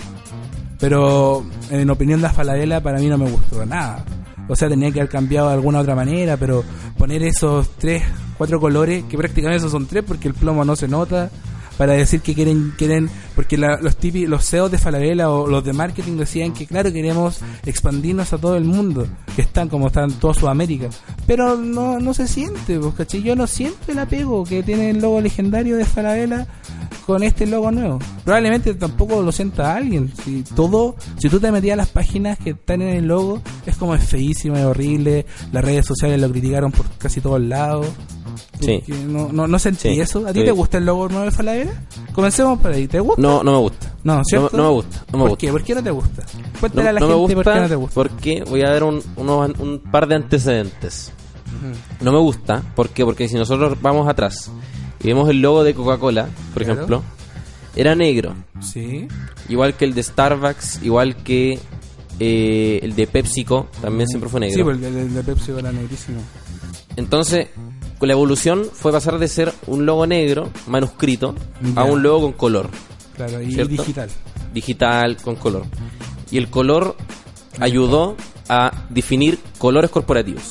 Pero en opinión de Falabella, para mí no me gustó nada. O sea, tenía que haber cambiado de alguna otra manera, pero poner esos tres, cuatro colores, que prácticamente esos son tres porque el plomo no se nota, para decir que quieren, quieren porque la, los tipi, los C E Os de Falabella o los de marketing decían que claro, queremos expandirnos a todo el mundo, que están como están toda Sudamérica, pero no no se siente, pues, ¿cachai? Yo no siento el apego que tiene el logo legendario de Falabella con este logo nuevo. Probablemente tampoco lo sienta alguien. Si todo, si tú te metías a las páginas que están en el logo, es como es feísimo, es horrible, las redes sociales lo criticaron por casi todos lados. Sí. No, no, no sentí sí. eso. ¿A ti sí. te gusta el logo nuevo de Falabella? Comencemos por ahí. ¿Te gusta? No, no me gusta. No, ¿cierto? No, no me gusta. No me ¿Por gusta. qué? ¿Por qué no te gusta? Cuéntale no, a la no gente me gusta por qué no te gusta. Porque voy a dar un, unos, un par de antecedentes. Uh-huh. No me gusta. ¿Por qué? Porque si nosotros vamos atrás y vemos el logo de Coca-Cola, por claro. ejemplo, era negro. Sí. Igual que el de Starbucks, igual que eh, el de PepsiCo, también uh-huh. siempre fue negro. Sí, pues el, el de PepsiCo era negrísimo. Entonces, la evolución fue pasar de ser un logo negro, manuscrito, ya. a un logo con color. Claro, y ¿cierto? digital. Digital, con color. Y el color ayudó a definir colores corporativos.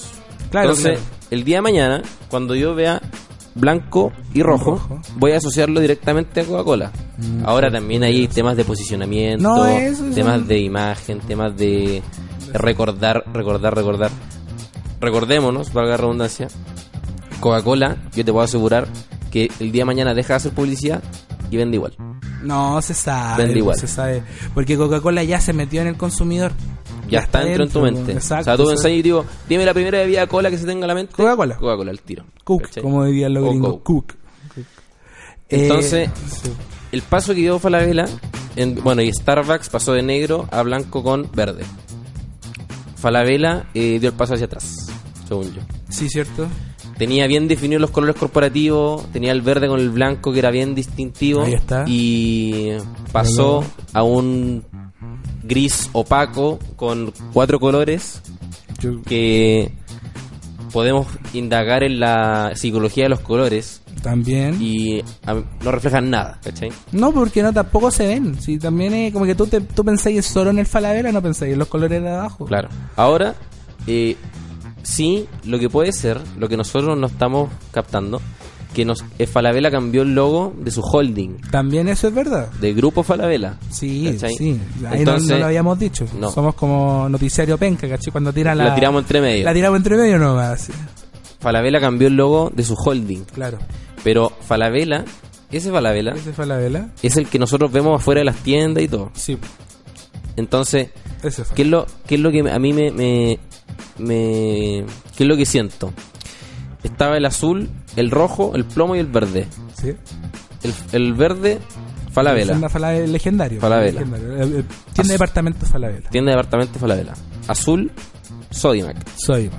Claro, Entonces, claro. el día de mañana, cuando yo vea blanco y rojo, Rojo. voy a asociarlo directamente a Coca-Cola. Mm, Ahora sí, también hay temas de posicionamiento, No, eso es temas un- de imagen, temas de recordar, recordar, recordar. Recordémonos, valga la redundancia, Coca-Cola, yo te puedo asegurar que el día de mañana deja de hacer publicidad y vende igual. No, se sabe. Vende igual. Se sabe. Porque Coca-Cola ya se metió en el consumidor. Ya está dentro en tu mente. Exacto, o sea, tú eso- pensás y digo, dime la primera bebida cola que se tenga en la mente. Coca-Cola. Coca-Cola, al tiro. Cook, ¿Cachai? como dirían los O gringos. Coke. Cook. Entonces, Eh, sí. el paso que dio Falabella, en, bueno, y Starbucks pasó de negro a blanco con verde. Falabella eh, dio el paso hacia atrás, según yo. Sí, cierto. Tenía bien definidos los colores corporativos, tenía el verde con el blanco que era bien distintivo. Ahí está. Y pasó a un gris opaco con cuatro colores Yo- que podemos indagar en la psicología de los colores También. y a- no reflejan nada, ¿cachai? No, porque no tampoco se ven. Sí, también es como que tú, te, tú pensáis solo en el Falabella, no pensáis en los colores de abajo. Claro. Ahora, eh, sí, lo que puede ser, lo que nosotros no estamos captando, que nos eh, Falabella cambió el logo de su holding, También eso es verdad. de Grupo Falabella. Sí, ¿cachai? sí. Ahí Entonces, no, no lo habíamos dicho. no. Somos como noticiario penca, ¿cachai? Cuando tiran la... la tiramos entre medio. La tiramos entre medio nomás. Sí. Falabella cambió el logo de su holding, Claro. pero Falabella, ese Falabella, ¿Ese Falabella? es el que nosotros vemos afuera de las tiendas y todo. Sí, Entonces, ese ¿qué es lo, qué es lo que a mí me, me, me- qué es lo que siento? Estaba el azul, el rojo, el plomo y el verde. Sí. El, el verde, Falabella. Tienda Falabella legendario. Falabella. Legendario. Eh, eh, Tienda Az- departamento Falabella. Tienda de departamento Falabella. Azul, Sodimac. Soy.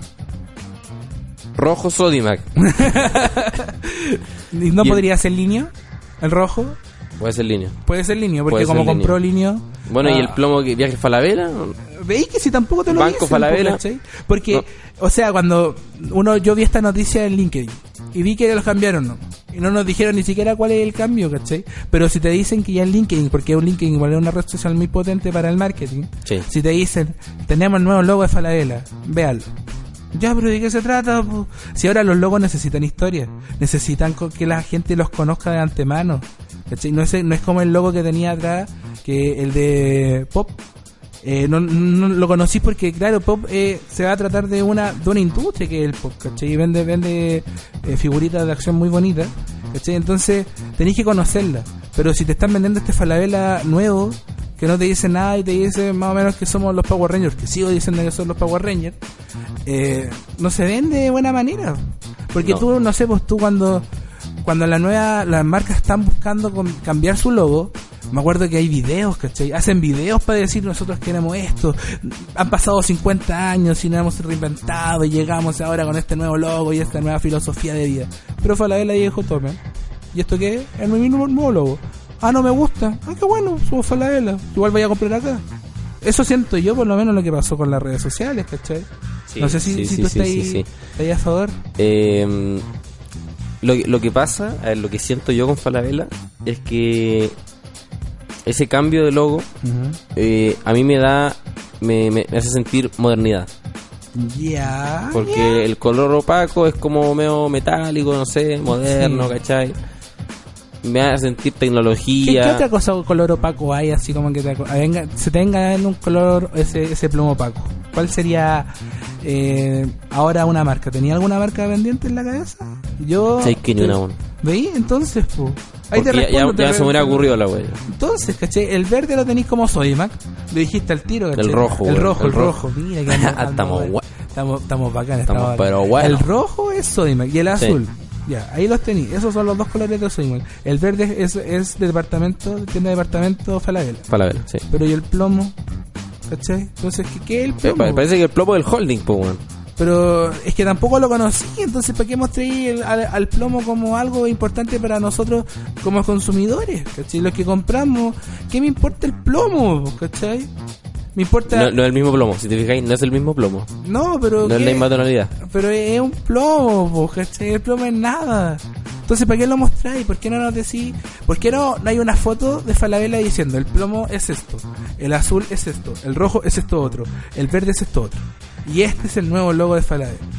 Rojo, Sodimac. ¿Y no Y el- podría ser Linio? ¿El rojo? Puede ser línea. Puede ser Linio, porque Puede ser como Linio. compró Linio... Bueno, ¿y ah, el plomo que viaje Falabella? ¿Veis que si tampoco te lo Banco dicen, Falabella. ¿cachai? Porque, No. o sea, cuando uno yo vi esta noticia en LinkedIn y vi que los cambiaron, ¿no? Y no nos dijeron ni siquiera cuál es el cambio, ¿cachai? Pero si te dicen que ya en LinkedIn, porque un LinkedIn igual es una red social muy potente para el marketing, Sí. si te dicen, tenemos el nuevo logo de Falabella, véalo. Ya, pero ¿de qué se trata? po? Si ahora los logos necesitan historia, necesitan co- que la gente los conozca de antemano, ¿cachai? No es, no es como el logo que tenía atrás, que el de Pop. Eh, no, no lo conocí porque, claro, Pop eh, se va a tratar de una de una industria que es el Pop, ¿cachai? Y vende, vende eh, figuritas de acción muy bonitas, ¿cachai? Entonces tenéis que conocerla. Pero si te están vendiendo este Falabella nuevo, que no te dice nada y te dice más o menos que somos los Power Rangers, que sigo diciendo que son los Power Rangers, eh, no se vende de buena manera. Porque No. tú, no sé, pues tú cuando cuando la nueva, las marcas están buscando con- cambiar su logo, me acuerdo que hay videos, ¿cachai? Hacen videos para decir nosotros queremos esto. Han pasado cincuenta años y nos hemos reinventado y llegamos ahora con este nuevo logo y esta nueva filosofía de vida. Pero Falabella dijo, tome, ¿y esto qué es? Es mi mismo nuevo logo. Ah, no me gusta. Ah, qué bueno, somos Falabella. Igual voy a comprar acá. Eso siento yo, por lo menos, lo que pasó con las redes sociales, ¿cachai? Sí, no sé si, sí, si sí, tú sí, estás sí, ahí, sí. estás ahí a favor. Eh, lo, que- lo que pasa, a ver, lo que siento yo con Falabella es que ese cambio de logo eh, a mí me da, me, me- me hace sentir modernidad. Ya. Porque el color opaco es como medio metálico, no sé, moderno, Sí. ¿cachai? Me hace sentir ¿Qué, tecnología. qué otra cosa color opaco hay así como que te, aco- venga, se tenga en un color ese, ese plomo opaco? ¿Cuál sería eh, ahora una marca? ¿Tenía alguna marca pendiente en la cabeza? Yo... Sí, que ni una aún. ¿Veí? Entonces, pues... Ahí te Porque ya, respondo, ya- te ya se me hubiera respondo. ocurrido la wea. Entonces, ¿cachai? El verde lo tenéis como Sodimac. Lo dijiste al tiro, ¿cachai? El rojo, El weón, rojo, el el rojo. Mira que ando- ando, Estamos weón. gua- Estamos, estamos bacanes. Estamos Estamos pero bacanes. bueno. El rojo es Sodimac y el Sí. azul. Ya, ahí los tenéis. Esos son los dos colores de Sodimac. El verde es, es de departamento, tiene departamento Falabella. Falabella, sí. Pero ¿y el plomo? ¿Cachai? Entonces, ¿qué, qué es el Pero plomo? pa- parece que el plomo del holding, pues, weón. Pero es que tampoco lo conocí, entonces ¿para qué mostré el- al, al plomo como algo importante para nosotros como consumidores? ¿Cachai? Los que compramos, ¿qué me importa el plomo? ¿Cachai? Me importa... No, no es el mismo plomo, si te fijáis, no es el mismo plomo. No, pero... No es ¿qué? la misma tonalidad. Pero es un plomo, po, ¿cachai? El plomo es nada. Entonces, ¿para qué lo mostráis? ¿Por qué no nos decís? ¿Por qué no, no hay una foto de Falabella diciendo el plomo es esto, el azul es esto, el rojo es esto otro, el verde es esto otro? Y este es el nuevo logo de Falabella.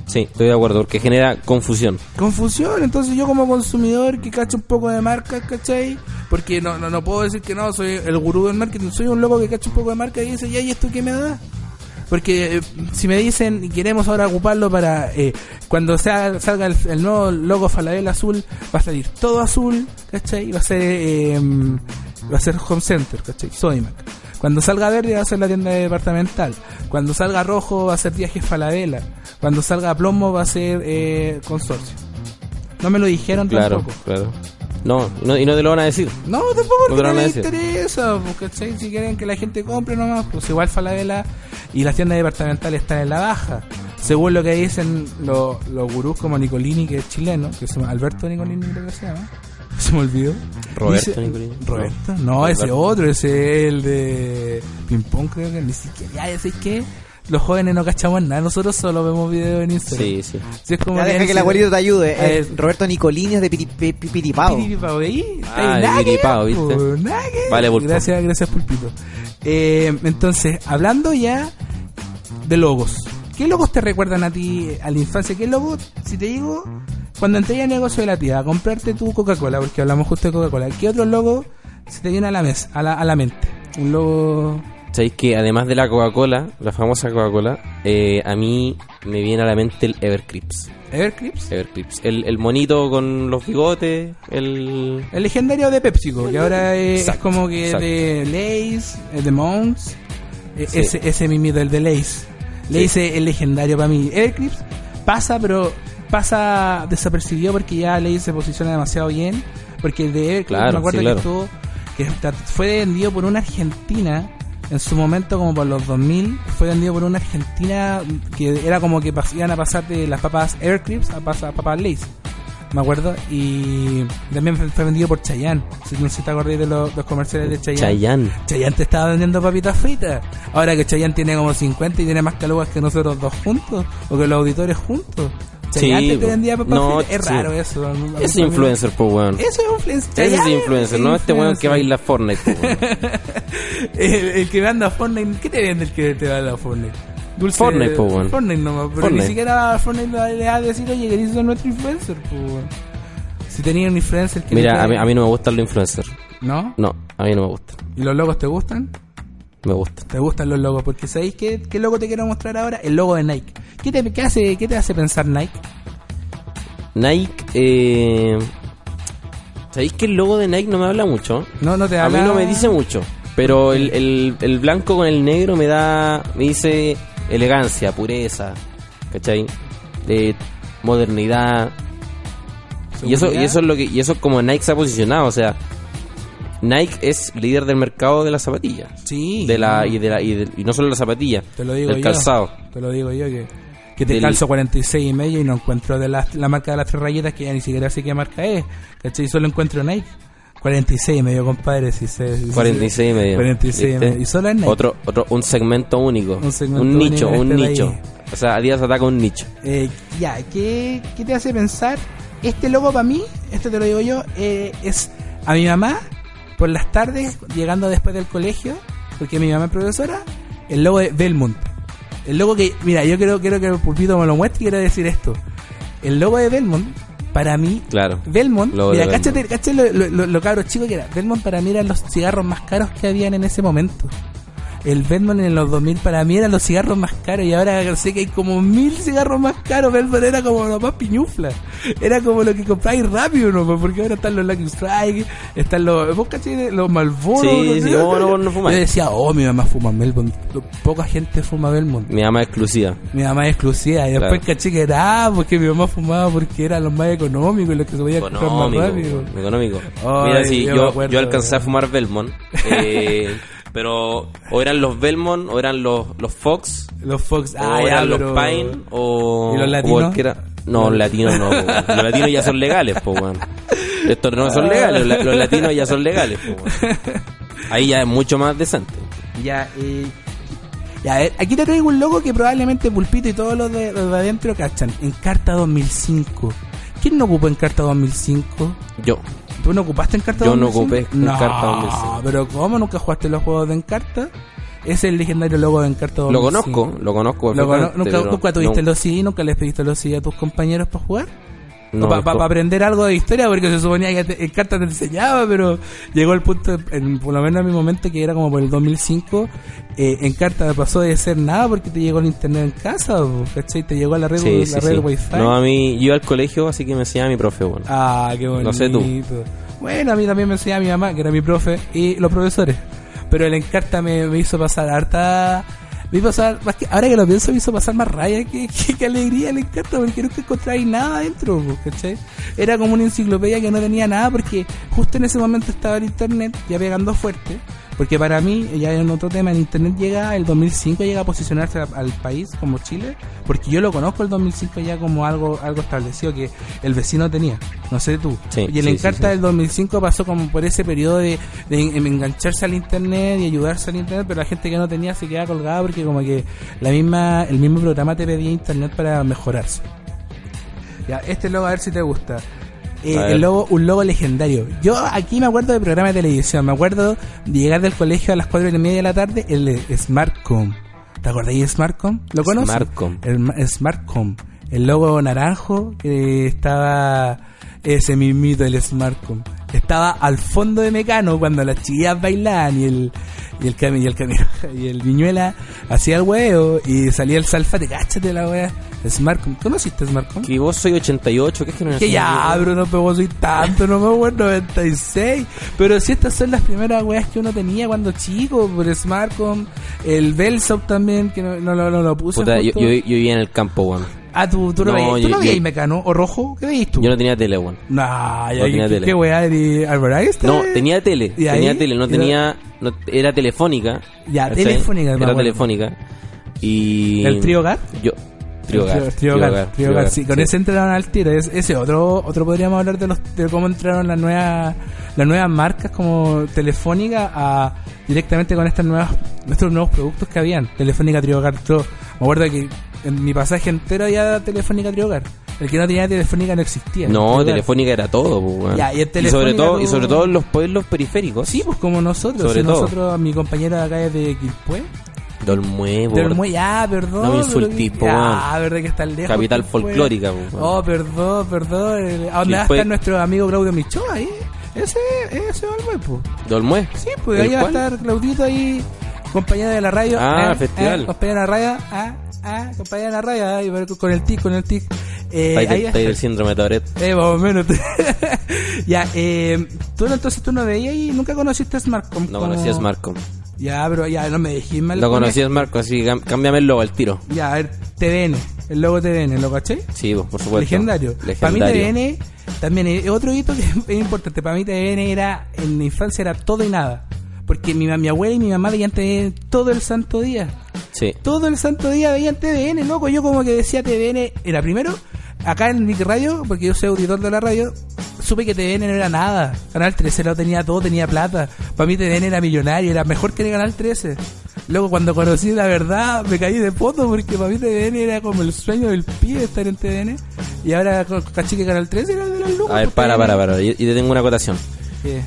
Sí, estoy de acuerdo, porque genera confusión. Confusión, entonces yo como consumidor que cacho un poco de marcas, ¿cachai? Porque no, no, no puedo decir que no, soy el gurú del marketing, soy un loco que cacho un poco de marca y dice, ya, ¿y esto qué me da? Porque eh, si me dicen y queremos ahora ocuparlo para eh, cuando sea, salga el, el nuevo logo Falabella azul, va a salir todo azul, ¿cachai? Va a ser eh, va a ser Home Center, ¿cachai? Sodimac. Cuando salga verde va a ser la tienda departamental. Cuando salga rojo va a ser Viajes Falabella. Cuando salga plomo va a ser eh, Consorcio. No me lo dijeron claro, tampoco. Claro, no, no, y no te lo van a decir. No, tampoco no porque no les interesa, porque si quieren que la gente compre nomás, pues igual Falabella y las tiendas departamentales están en la baja. Según lo que dicen los, los gurús como Nicolini, que es chileno, que se llama Alberto Nicolini creo que se llama. Se me olvidó. Roberto Dice, Nicolini. Roberto, no, no ese Alberto. otro, ese es el de Ping Pong, creo que ni siquiera, ya, ya sé que los jóvenes no cachamos nada, nosotros solo vemos videos en Instagram. Sí, sí. Sí, es como Ya que deja que el dice- abuelito te ayude. Eh, Eh, Roberto Nicolini es de Piri- Pi- Pi- Piripao. Piripao, ¿veí? Ah, Nada de que Piripao, ver, ¿viste? po, nada que ver. Vale, Pulpo. Gracias, gracias, Pulpito. Eh, entonces, hablando ya de logos. ¿Qué logos te recuerdan a ti a la infancia? ¿Qué logos, si te digo, cuando entré al negocio de la tía a comprarte tu Coca-Cola, porque hablamos justo de Coca-Cola, ¿qué otro logo se te viene a la mesa, a la, a la mente? Un logo... ¿Sabéis que además de la Coca-Cola, la famosa Coca-Cola, eh, a mí me viene a la mente el Everclips? ¿Everclips? Everclips. El, el monito con los bigotes, el... El legendario de PepsiCo, que ahora es, Exacto, es como que exacto. de Lay's, es de Mounds, eh, Sí. ese, ese mimito, el de Lay's. Lay's es el legendario para mí. Everclips pasa, pero pasa desapercibido porque ya Lay's se posiciona demasiado bien. Porque el de Everclips, Claro, me acuerdo sí, que claro. estuvo, que está- fue vendido por una argentina. En su momento, como por los dos mil, fue vendido por una argentina que era como que pas- iban a pasar de las papas Everclips a, pas- a papas Lay's. Me acuerdo. Y también fue fue vendido por Chayanne. Si no sé si te acordás de los, los comerciales de Chayanne. Chayanne. Chayanne te estaba vendiendo papitas fritas. Ahora que Chayanne tiene como cincuenta y tiene más calugas que nosotros dos juntos. O que los auditores juntos. Chayanne Sí, te po. vendía papas No, fritas. Es sí. raro eso. A mí- Ese influencer, pues, weón. Eso es influencer. Ese es Chayanne influencer, ¿no? Este weón que baila Fortnite, pues, weón. el, el que anda Fortnite, ¿qué te vende el que te va a Fortnite? Dulce Fortnite, po, weón. Fortnite nomás, pero Fortnite. ni siquiera Fortnite le va a decir, oye, querés ser nuestro influencer, po, weón. Si tenía un influencer que... Mira, le- a mí, a mí no me gustan los influencers. ¿No? No, a mí no me gustan. ¿Y los logos te gustan? Me gustan. ¿Te gustan los logos? Porque ¿sabéis qué, qué logo te quiero mostrar ahora? El logo de Nike. ¿Qué te, qué hace, qué te hace pensar Nike? Nike, eh... ¿sabéis que el logo de Nike no me habla mucho? No, no te A mí habla... no me dice mucho. Pero el, el, el blanco con el negro me da... Me dice elegancia, pureza, ¿cachai? Eh, modernidad. Y eso, y eso es lo que, y eso es como Nike se ha posicionado, o sea, Nike es líder del mercado de las zapatillas. Sí. De la, y de la, y, de- y no solo de las zapatillas, Te lo digo del yo. calzado. Te lo digo yo que, que te Del- calzo cuarenta y seis y medio y no encuentro de la, la marca de las tres rayitas que ya ni siquiera sé qué marca es. ¿Cachai? Solo encuentro Nike. cuarenta y seis y medio, compadre. Si se, si cuarenta y seis y medio. cuarenta y seis y ¿viste? medio. Y solo es Nike. Otro, otro, un segmento único. Un segmento un nicho, único en un este nicho. país. O sea, Adidas ataca un nicho. Eh, ya, ¿qué, ¿qué te hace pensar? Este logo para mí, esto te lo digo yo, eh, es a mi mamá por las tardes, llegando después del colegio, porque mi mamá es profesora, el logo de Belmont. El logo que, mira, yo quiero, quiero que el pulpito me lo muestre y quiero decir esto. El logo de Belmont, para mí, Claro. Belmont, Logo mira, de Belmont. cáchate, cáchate lo, lo, lo, lo cabro chico que era. Belmont para mí eran los cigarros más caros que habían en ese momento. El Belmont en los dos mil para mí eran los cigarros más caros y ahora sé que hay como mil cigarros más caros. Belmont era como lo más piñufla. Era como lo que compráis rápido, ¿no? Porque ahora están los Lucky Strike, están los... ¿Vos cachai? Los Marlboro. Sí, no sí, sé. no, no, no fumáis. Yo decía, oh, mi mamá fuma Belmont. Poca gente fuma Belmont. Mi ama exclusiva. Mi mamá es exclusiva. Y después Claro. caché que era ah, porque mi mamá fumaba porque eran los más económicos, los que se podían comprar más Económico. rápido. Económico. Ay, Mira, sí, yo me yo, acuerdo. yo alcancé a fumar Belmont. Eh, pero o eran los Belmont, o eran los, los Fox, Los Fox, o ah, ya, eran pero- los Pine, o... ¿Y los o latinos? cualquiera. No, los latinos no, po, weón. Los latinos ya son legales, po, weón. Estos no son legales, los, los latinos ya son legales, po, weón. Ahí ya es mucho más decente. Ya, eh, ya, a ver, aquí te traigo un logo que probablemente Pulpito y todos los de, los de adentro cachan. Encarta dos mil cinco. ¿Quién no ocupó Encarta dos mil cinco? Yo. ¿Tú no ocupaste Encarta Yo no dos mil cinco? ocupé Encarta dos mil cinco. No, pero ¿cómo nunca jugaste los juegos de Encarta? es el legendario logo de Encarta Lo dos mil cinco. conozco, lo conozco. Lo cono- perfectamente, ¿Nunca, pero ¿Nunca tuviste no- los sí? ¿Nunca les pediste los sí a tus compañeros para jugar? no, para no. aprender algo de historia, porque se suponía que te, Encarta te enseñaba, pero llegó el punto, en, por lo menos en mi momento, que era como por el dos mil cinco, eh, Encarta pasó de ser nada porque te llegó el internet en casa, po, ¿cachai? Te llegó a la red, Sí, la sí, red sí. wifi. No, a mí, yo iba al colegio, así que me enseñaba mi profe, bueno. Ah, qué bonito. No sé tú. Bueno, a mí también me enseñaba mi mamá, que era mi profe, y los profesores. Pero el Encarta me, me hizo pasar harta... Me hizo pasar, más que, ahora que lo pienso, me hizo pasar más raya que, que, que alegría el Encarta, porque nunca encontráis nada adentro, pues, ¿cachai? Era como una enciclopedia que no tenía nada, porque justo en ese momento estaba el internet ya pegando fuerte. Porque para mí, ya en otro tema, el internet llega, el dos mil cinco llega a posicionarse a- al país como Chile, porque yo lo conozco el dos mil cinco ya como algo algo establecido que el vecino tenía, no sé tú. Sí, y el sí, Encarta sí, sí. del dos mil cinco pasó como por ese periodo de, de en- engancharse al internet y ayudarse al internet, pero la gente que no tenía se quedaba colgada porque como que la misma el mismo programa te pedía internet para mejorarse. Ya, este logo a ver si te gusta. Eh, A ver. el logo, un logo legendario. Yo aquí me acuerdo de programas de televisión. Me acuerdo de llegar del colegio a las cuatro y media de la tarde. El Smartcom. ¿Te acordás de Smartcom? ¿Lo conoces? Smartcom. El, ma- el Smartcom. El logo naranjo que estaba ese mismito, el Smartcom. Estaba al fondo de Mecano cuando las chiquillas bailaban y el y el cami, y el cami, y el Viñuela hacía el huevo y salía el Salfate. Cáchate la wea. Smartcom. ¿Conociste Smartcom? Que vos soy ochenta y ocho, ¿qué es que no Que ya, Bruno, pero vos soy tanto, no me acuerdo, noventa y seis. Pero si estas son las primeras weas que uno tenía cuando chico, por Smartcom, el Bellsop también, que no, no, no, no lo puse. Puta, yo, justo. yo, yo vivía en el campo, weón. Ah, tú, tú no, No, veías, tú yo- no yo- veías Mecano o Rojo, ¿qué veías tú? Yo no tenía tele, weón. Nah, ya, no tenía ¿qué, tele. qué wea de Albert Einstein? No, tenía tele, ¿Y ahí? tenía tele, no ¿Y tenía, no, era telefónica. Ya, ¿cachai? telefónica, me Era acuerdo. telefónica. Y... ¿El Trío Gar? Yo, Trío Gar, El Trío Gar, Trío Gar, sí, con ese entraron al tiro. Es, ese otro otro podríamos hablar de los de cómo entraron las nuevas las nuevas marcas como Telefónica a directamente con estas nuevas nuestros nuevos productos que habían. Telefónica Trío Gar. Yo me acuerdo que en mi pasaje entero había Telefónica Trío Gar. El que no tenía Telefónica no existía. No, Trío Gar. Telefónica era todo, pues, weón. Ya, y el y sobre Telefónica todo, y tuvo- sobre todo en los pueblos periféricos. Sí, pues como nosotros. Sobre Si todo. nosotros, mi compañera de acá es de Quilpué. Dolmue, Del por- Mue- ya, perdón. No me pero insultís, que- po, Ya, weón. verdad que está lejos. Capital Quilpué. folclórica, po, weón. Oh, perdón, perdón. Eh, ¿A dónde va a Quilpué. estar nuestro amigo Claudio Michoa ahí? Ese, ese va al Mue, po. Dolmue. Sí, pues ¿El ahí va a cuál? estar Claudito ahí, compañero de la radio. Ah, eh, festival. eh, compañero de la radio, ah, ah, compañero de la radio, ah, y con- con el tic, con el tic. Eh, Está ahí ahí del síndrome de Tourette. eh, más o menos. Ya, eh, tú no- entonces tú no veías y nunca conociste a Smartcom. No como- conocías Marco. Ya, pero ya no me dejé mal. Lo conocías Marco, así cam- cámbiame el logo al tiro. Ya, a ver, T V N, el logo T V N, ¿lo caché? Sí, pues, por supuesto. Legendario. Para mí Legendario. T V N también es otro hito que es importante. Para mí T V N era, en mi infancia era todo y nada. Porque mi, ma- mi abuela y mi mamá veían T V N todo el santo día. Sí. Todo el santo día veían T V N, loco. Yo como que decía T V N, era primero, acá en mi radio, porque yo soy auditor de la radio, supe que T V N no era nada. Canal trece lo tenía todo, tenía plata. Para mí T V N era millonario, era mejor que el Canal trece. Luego cuando conocí la verdad me caí de foto porque para mí T V N era como el sueño del pibe estar en T V N. Y ahora con- caché que Canal trece era el de los locos. A ver, pues, para, T V N. para, para. Y y te tengo una acotación. ¿Qué?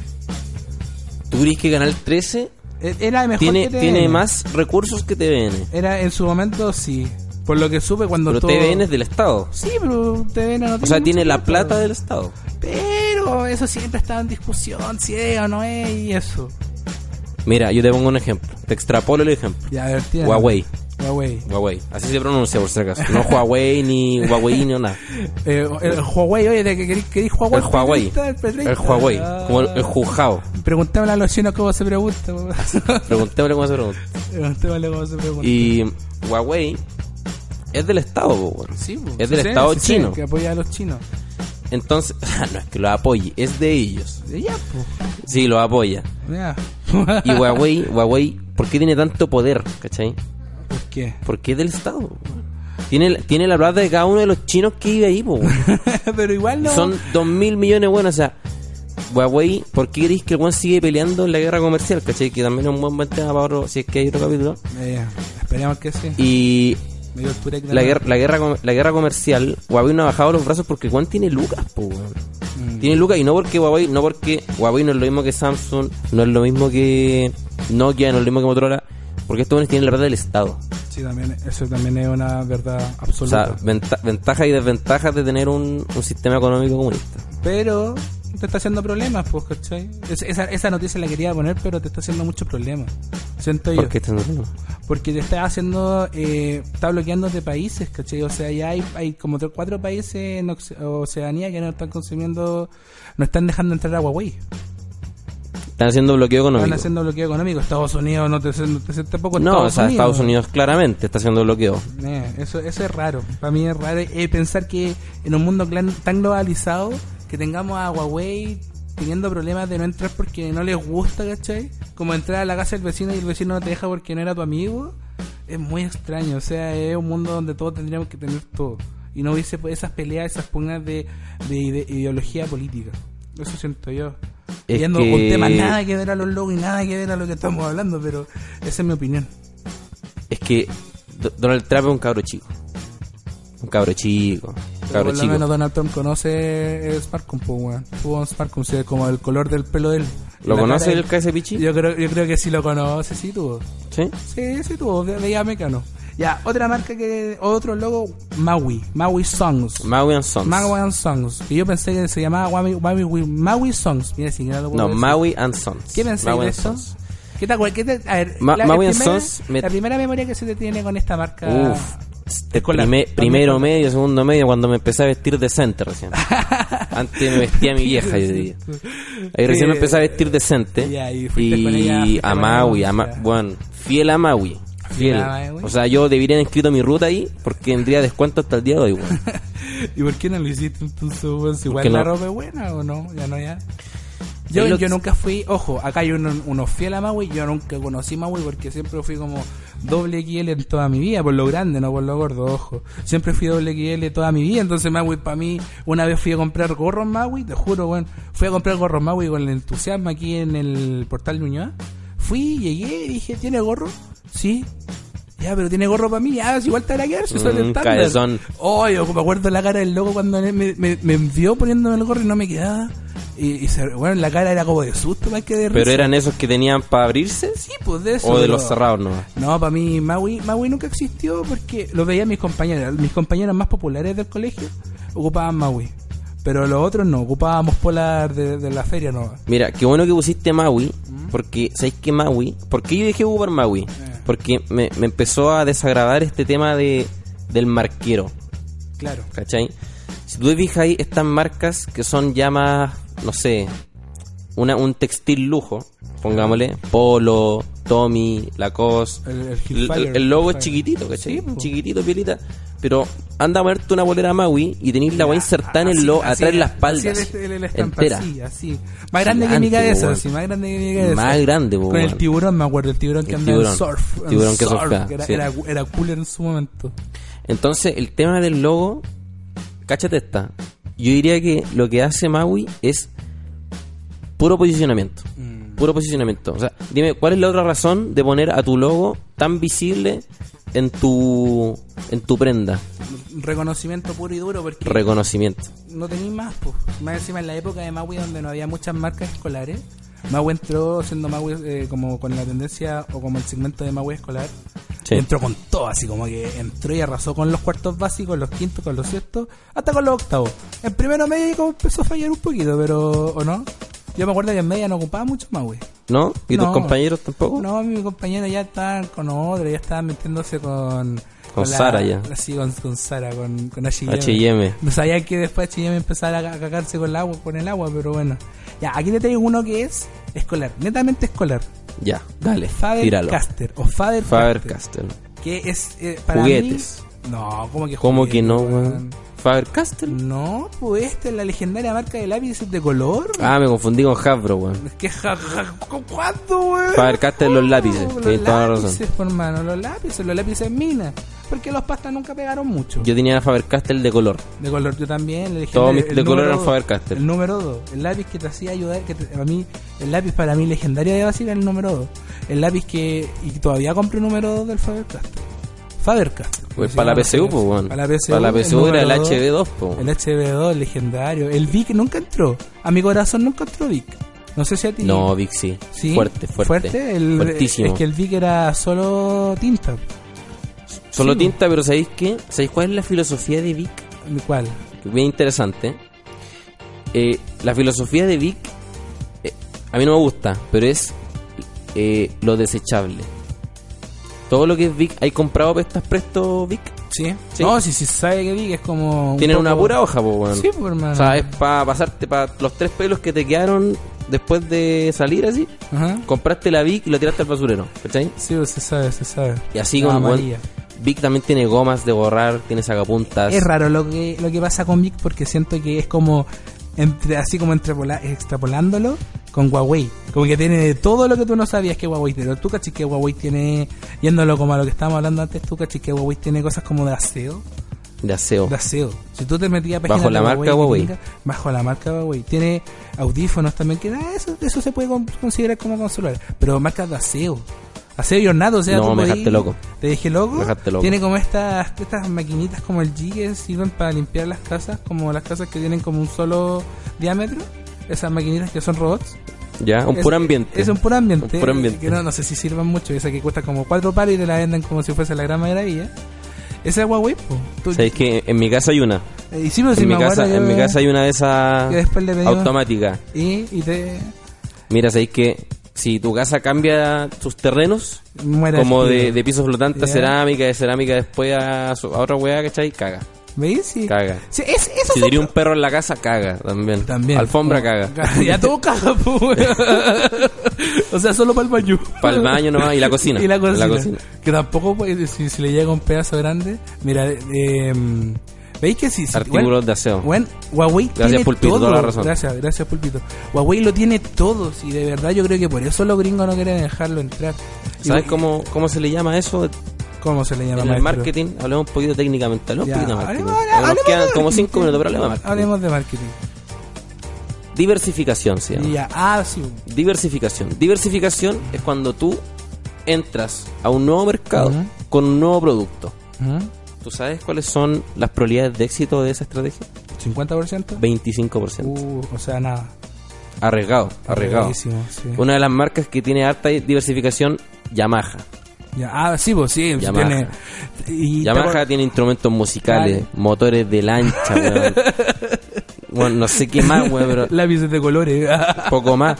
¿Tú crees que Canal trece E- Era mejor tiene, que T V N. tiene más recursos que T V N? Era en su momento sí. Por lo que supe cuando Pero todo... T V N es del Estado. Sí, pero T V N no O sea, tiene mucha la plata del Estado. Pero eso siempre estaba en discusión, si es o no es, y eso. Mira, yo te pongo un ejemplo. Te extrapolo el ejemplo. Ya, a ver, tira. Huawei. Huawei. Huawei. Así se pronuncia por si acaso. No Huawei, ni Huawei, ni nada. Eh, el Huawei, oye, ¿de que queréis, queréis Huawei? El Huawei. P treinta, el P treinta. El Huawei. Ah. Como el, el Jujao. Preguntémosle a los chinos cómo se pregunta. po. Preguntémosle cómo se pregunta. Preguntémosle cómo se pregunta. Y Huawei es del Estado, po, weón. Sí, po. Es del Sí, Estado sí, sí, chino. que apoya a los chinos. Entonces, no es que lo apoye, es de ellos. Ya, pues. Sí, lo apoya. Ya. Y Huawei, Huawei, ¿por qué tiene tanto poder? ¿Cachai? ¿Por qué? Porque es del Estado. weón. Tiene, tiene la plata de cada uno de los chinos que vive ahí, po, weón. Pero igual no. Son dos mil millones, bueno, o sea, Huawei, ¿por qué queréis que el weón sigue peleando en la guerra comercial? ¿Cachai? Que también es un buen buen tema para otro, si es que hay otro capítulo. Eh, esperemos que sí. Y Medio el puré que la no- guerra, la guerra, com- la guerra comercial, Huawei no ha bajado los brazos porque el weón tiene lucas, po, weón. Mm. Tiene lucas y no porque Huawei, no porque Huawei no es lo mismo que Samsung, no es lo mismo que Nokia, no es lo mismo que Motorola, Porque estos buenos tienen la plata del Estado. Sí, también, eso también es una verdad O absoluta. sea, venta- ventajas y desventajas de tener un, un sistema económico comunista. Pero te está haciendo problemas, pues, ¿cachai? Es- esa, esa noticia la quería poner, pero te está haciendo muchos problemas. Siento yo. ¿Por qué están haciendo? Porque te está haciendo, eh, está bloqueando de países, ¿cachai? O sea, ya hay, hay como tres, cuatro países en Oce- Oceanía que no están consumiendo, no están dejando entrar a Huawei. Están haciendo bloqueo económico. Están haciendo bloqueo económico. Estados Unidos no te, no te sientes poco. No, Estados o sea, Unidos. Estados Unidos claramente está haciendo bloqueo. Eh, eso, eso es raro. Para mí es raro eh, pensar que en un mundo clan- tan globalizado que tengamos a Huawei teniendo problemas de no entrar porque no les gusta, ¿cachai? Como entrar a la casa del vecino y el vecino no te deja porque no era tu amigo. Es muy extraño. O sea, es un mundo donde todos tendríamos que tener todo. Y no hubiese esas peleas, esas pugnas de, de ide- ideología política. Eso siento yo. Es Yendo que- con temas nada que ver a los logos y nada que ver a lo que estamos hablando, pero esa es mi opinión. Es que D- Donald Trump es un cabro chico. Un cabro chico. Un Pero cabro por lo chico. menos Donald Trump conoce el Sparkum, pues, weón. Tuvo un Sparkum, sí, como el color del pelo de él. ¿Lo La conoce cara de- el K S Pichi? Yo creo, yo creo que sí lo conoce, sí tuvo. ¿Sí? Sí, sí tuvo, ve- veía Mecano. Ya, otra marca que, otro logo, Maui, Maui Songs. Maui and Sons. Maui and Songs. Que yo pensé que se llamaba Maui, Maui, Maui Songs. Mira, si no lo puedo No, decir. Maui and Sons. ¿Qué pensáis Maui de and eso? Sons. ¿Qué te acuerdas? ¿Qué te- a ver, Ma- la, Maui la and primera, Sons me- la primera memoria que se te tiene con esta marca. Uf. De escolar. prime- primero Escolar. medio, segundo medio, cuando me empecé a vestir decente recién. Antes me vestía mi vieja, yo diría. Ahí recién me empecé a vestir decente. Ya, y fuiste con ella, fuiste a con Maui, ella, a Ma- ya. bueno, fiel a Maui. Fiel. a Maui. O sea, yo debería haber inscrito mi ruta ahí porque tendría descuento hasta el día de hoy, weón. ¿Y por qué no lo hiciste entonces, weón? Si igual Porque la no. ropa es buena o no, ya no ya. Yo, Ahí lo- yo nunca fui, ojo, acá hay uno, uno fiel a Maui, yo nunca conocí Maui porque siempre fui como doble X L en toda mi vida, por lo grande, no por lo gordo, ojo. Siempre fui doble X L toda mi vida, entonces Maui para mí, una vez fui a comprar gorros Maui, te juro, bueno, fui a comprar gorros Maui con el entusiasmo aquí en el portal de Ñuñoa. Fui, llegué y dije, ¿tiene gorro? Sí. Ya, pero tiene gorro para mí, ya, si igual te va a quedar, si soy el Mm, estándar. cabezón. Oh, yo me acuerdo la cara del loco cuando me, me, me vio poniéndome el gorro y no me quedaba. Y, y se, bueno, la cara era como de susto más que de risa. Pero eran esos que tenían para abrirse Sí, pues de eso. o de pero- los cerrados, no. No, para mí Maui, Maui nunca existió porque lo veía mis compañeros. Mis compañeros más populares del colegio ocupaban Maui. Pero los otros no, ocupábamos Polar de, de la feria, no. Mira, qué bueno que pusiste Maui, porque ¿sabéis qué Maui? ¿Por qué yo dejé ocupar Maui? Porque me, me empezó a desagradar este tema de del marquero, Claro. ¿cachai? Si tú te fijas ahí, estas marcas que son ya más, no sé, una, un textil lujo, pongámosle, Polo, Tommy, Lacoste, El- el el, Hillfire, el- el logo es Hillfire. chiquitito, ¿cachai? Sí, po. Chiquitito, pielita, pero anda a ponerte una bolera Maui y tenéis la weá insertada en el Así- logo, así atrás en la es, espalda, así así, es el- el estampa, entera. así, así. Más grande que mi Gigante, cabeza, po, así, más grande que mi cabeza. Más grande, po, Con el weón. tiburón, me acuerdo, el tiburón que El andaba en tiburón. surf. en Tiburón que surf, surfea, que era, sí. era, era cooler en su momento. Entonces, el tema del logo, cáchate esta. Yo diría que lo que hace Maui es puro posicionamiento. Mm. Puro posicionamiento. O sea, dime, ¿cuál es la otra razón de poner a tu logo tan visible en tu en tu prenda? Reconocimiento puro y duro porque Reconocimiento. no tenéis más, pues. Más encima en la época de Maui donde no había muchas marcas escolares. Maui entró siendo Maui eh, como con la tendencia o como el segmento de Maui escolar. Sí. Entró con todo, así como que entró y arrasó con los cuartos básicos, los quintos, con los sextos, hasta con los octavos. En primero medio como empezó a fallar un poquito, pero ¿o no? Yo me acuerdo que en media no ocupaba mucho Maui. ¿No? ¿Y No. tus compañeros tampoco? No, mis compañeros ya estaban con otra, ya estaban metiéndose con... Con la- Sara ya. Sí, con, con Sara, con, con H y M. H y M. No sabía que después H y M empezara a cagarse con el agua, con el agua, pero bueno. Ya, aquí te traigo uno que es escolar, netamente escolar. Ya, dale, tíralo. Faber-Castell o Faber-Castell. Faber-Castell. Que es eh, para Juguetes. mí- No, ¿cómo que ¿Cómo juguetes, que no, weón? weón? ¿Faber-Castell? No, pues esta es la legendaria marca de lápices de color. Ah, me confundí con Hasbro, weón. Es que ja, ja, ¿cuándo, weón? Faber-Castell, los lápices, Los tienes toda la razón. lápices, por hermano, los lápices, los lápices mina. Porque los pastas nunca pegaron mucho. Yo tenía Faber-Castell de color. De color, yo también. El Todos mis el de color número eran dos, Faber-Castell. El número dos. El lápiz que te hacía ayudar. Que te- a mí, el lápiz para mí legendario de base era el número dos. El lápiz que. Y todavía compré el número dos del Faber-Castell. Faber-Castell. Pues Se para la llama P S U, pues, weón. Para la P S U. Para la P S U era el número H B dos, pues. El H B dos, legendario. El Vic nunca entró. A mi corazón nunca entró Vic. No sé si a ti. No, Vic sí. ¿Sí? Fuerte, fuerte. ¿Fuerte? El, Fuertísimo. Es que el Vic era solo tinta. Solo Sí, tinta, pero ¿sabéis qué? ¿Sabéis cuál es la filosofía de Vic? ¿Cuál? Bien interesante. Eh, la filosofía de Vic, eh, a mí no me gusta, pero es eh, lo desechable. Todo lo que es Vic, ¿hay comprado estas presto Vic? ¿Sí? Sí. No, si sí, se sabe que Vic es como... un Tienen poco- una pura hoja, pues, weón. Sí, pues, hermano. O sea, es para pasarte para los tres pelos que te quedaron después de salir así. Ajá. Compraste la Vic y la tiraste al basurero, ¿cachai? Sí, pues se sabe, se sabe. Y así La con weón, amarilla. Vic también tiene gomas de borrar, tiene sacapuntas. Es raro lo que lo que pasa con Vic porque siento que es como entre así como entrepola- extrapolándolo con Huawei. Como que tiene todo lo que tú no sabías que Huawei tiene. Pero tú cachis que Huawei tiene, yéndolo como a lo que estábamos hablando antes, tú cachis que Huawei tiene cosas como de aseo. De aseo. De aseo. Si tú te metías a páginas Bajo la de marca Huawei. gringas, bajo la marca Huawei. Tiene audífonos también, que ah, eso, eso se puede con- considerar como con celular. Pero marcas de aseo. Aseo y ornato, o sea, No, tú me podís- dejaste loco. ¿Te dejé loco? Me dejaste loco. Tiene como estas estas maquinitas como el G que sirven para limpiar las casas, como las casas que tienen como un solo diámetro. Esas maquinitas que son robots. Ya, un Es- puro ambiente. Es un puro ambiente. Un puro ambiente. Que no, no sé si sirvan mucho. Esa que cuesta como cuatro palos y te la venden como si fuese la gran maravilla. Esa es Huawei, po. Tú- ¿Sabéis que en mi casa hay una? eh, sí, pero si En mi, me casa, acuerdo en yo- mi casa hay una de esas que después le pedimos- automáticas. Y, y te Mira, sabéis que si tu casa cambia sus terrenos, muere como el de, tiro. de piso flotante a Ya. cerámica, de cerámica después a, su- a otra weá, ¿cachai? Caga. ¿Veis? Sí. Caga. Sí, es, eso Si son- tenía un perro en la casa, caga también. También. Alfombra, Como- caga. Ya todo caga, po, weón. O sea, solo para el baño. Para el baño nomás y la cocina. Y la cocina. La cocina. Que tampoco, pues, si, si le llega un pedazo grande. Mira, eh, ¿veis que sí? sí Artículos bueno, de aseo. bueno, Huawei Gracias, tiene Pulpito, todo. toda la razón. Gracias, gracias, Pulpito. Huawei lo tiene todo. Y de verdad yo creo que por eso los gringos no quieren dejarlo entrar. Y- ¿Sabes cómo, cómo se le llama eso? ¿Cómo se le llama? En el maestro? marketing, hablemos un poquito técnicamente. Hablemos Ya, un poquito de marketing. hablemos- Nos hablemos quedan de como marketing. cinco minutos, pero hablemos de marketing. Hablemos de marketing. Diversificación se llama. Y ya, ah, sí. Diversificación. Diversificación es cuando tú entras a un nuevo mercado Ujú. con un nuevo producto. Ujú. ¿Tú sabes cuáles son las probabilidades de éxito de esa estrategia? ¿cincuenta por ciento? veinticinco por ciento. Uh, o sea, nada. Arriesgado, arriesgado. Buenísimo, sí. Una de las marcas que tiene harta diversificación, Yamaha. Ya, ah, sí, pues sí. Yamaha. Tiene, y Yamaha te- tiene instrumentos musicales, Vale. motores de lancha, weón. Bueno, no sé qué más, weón, pero lápices de colores. poco más.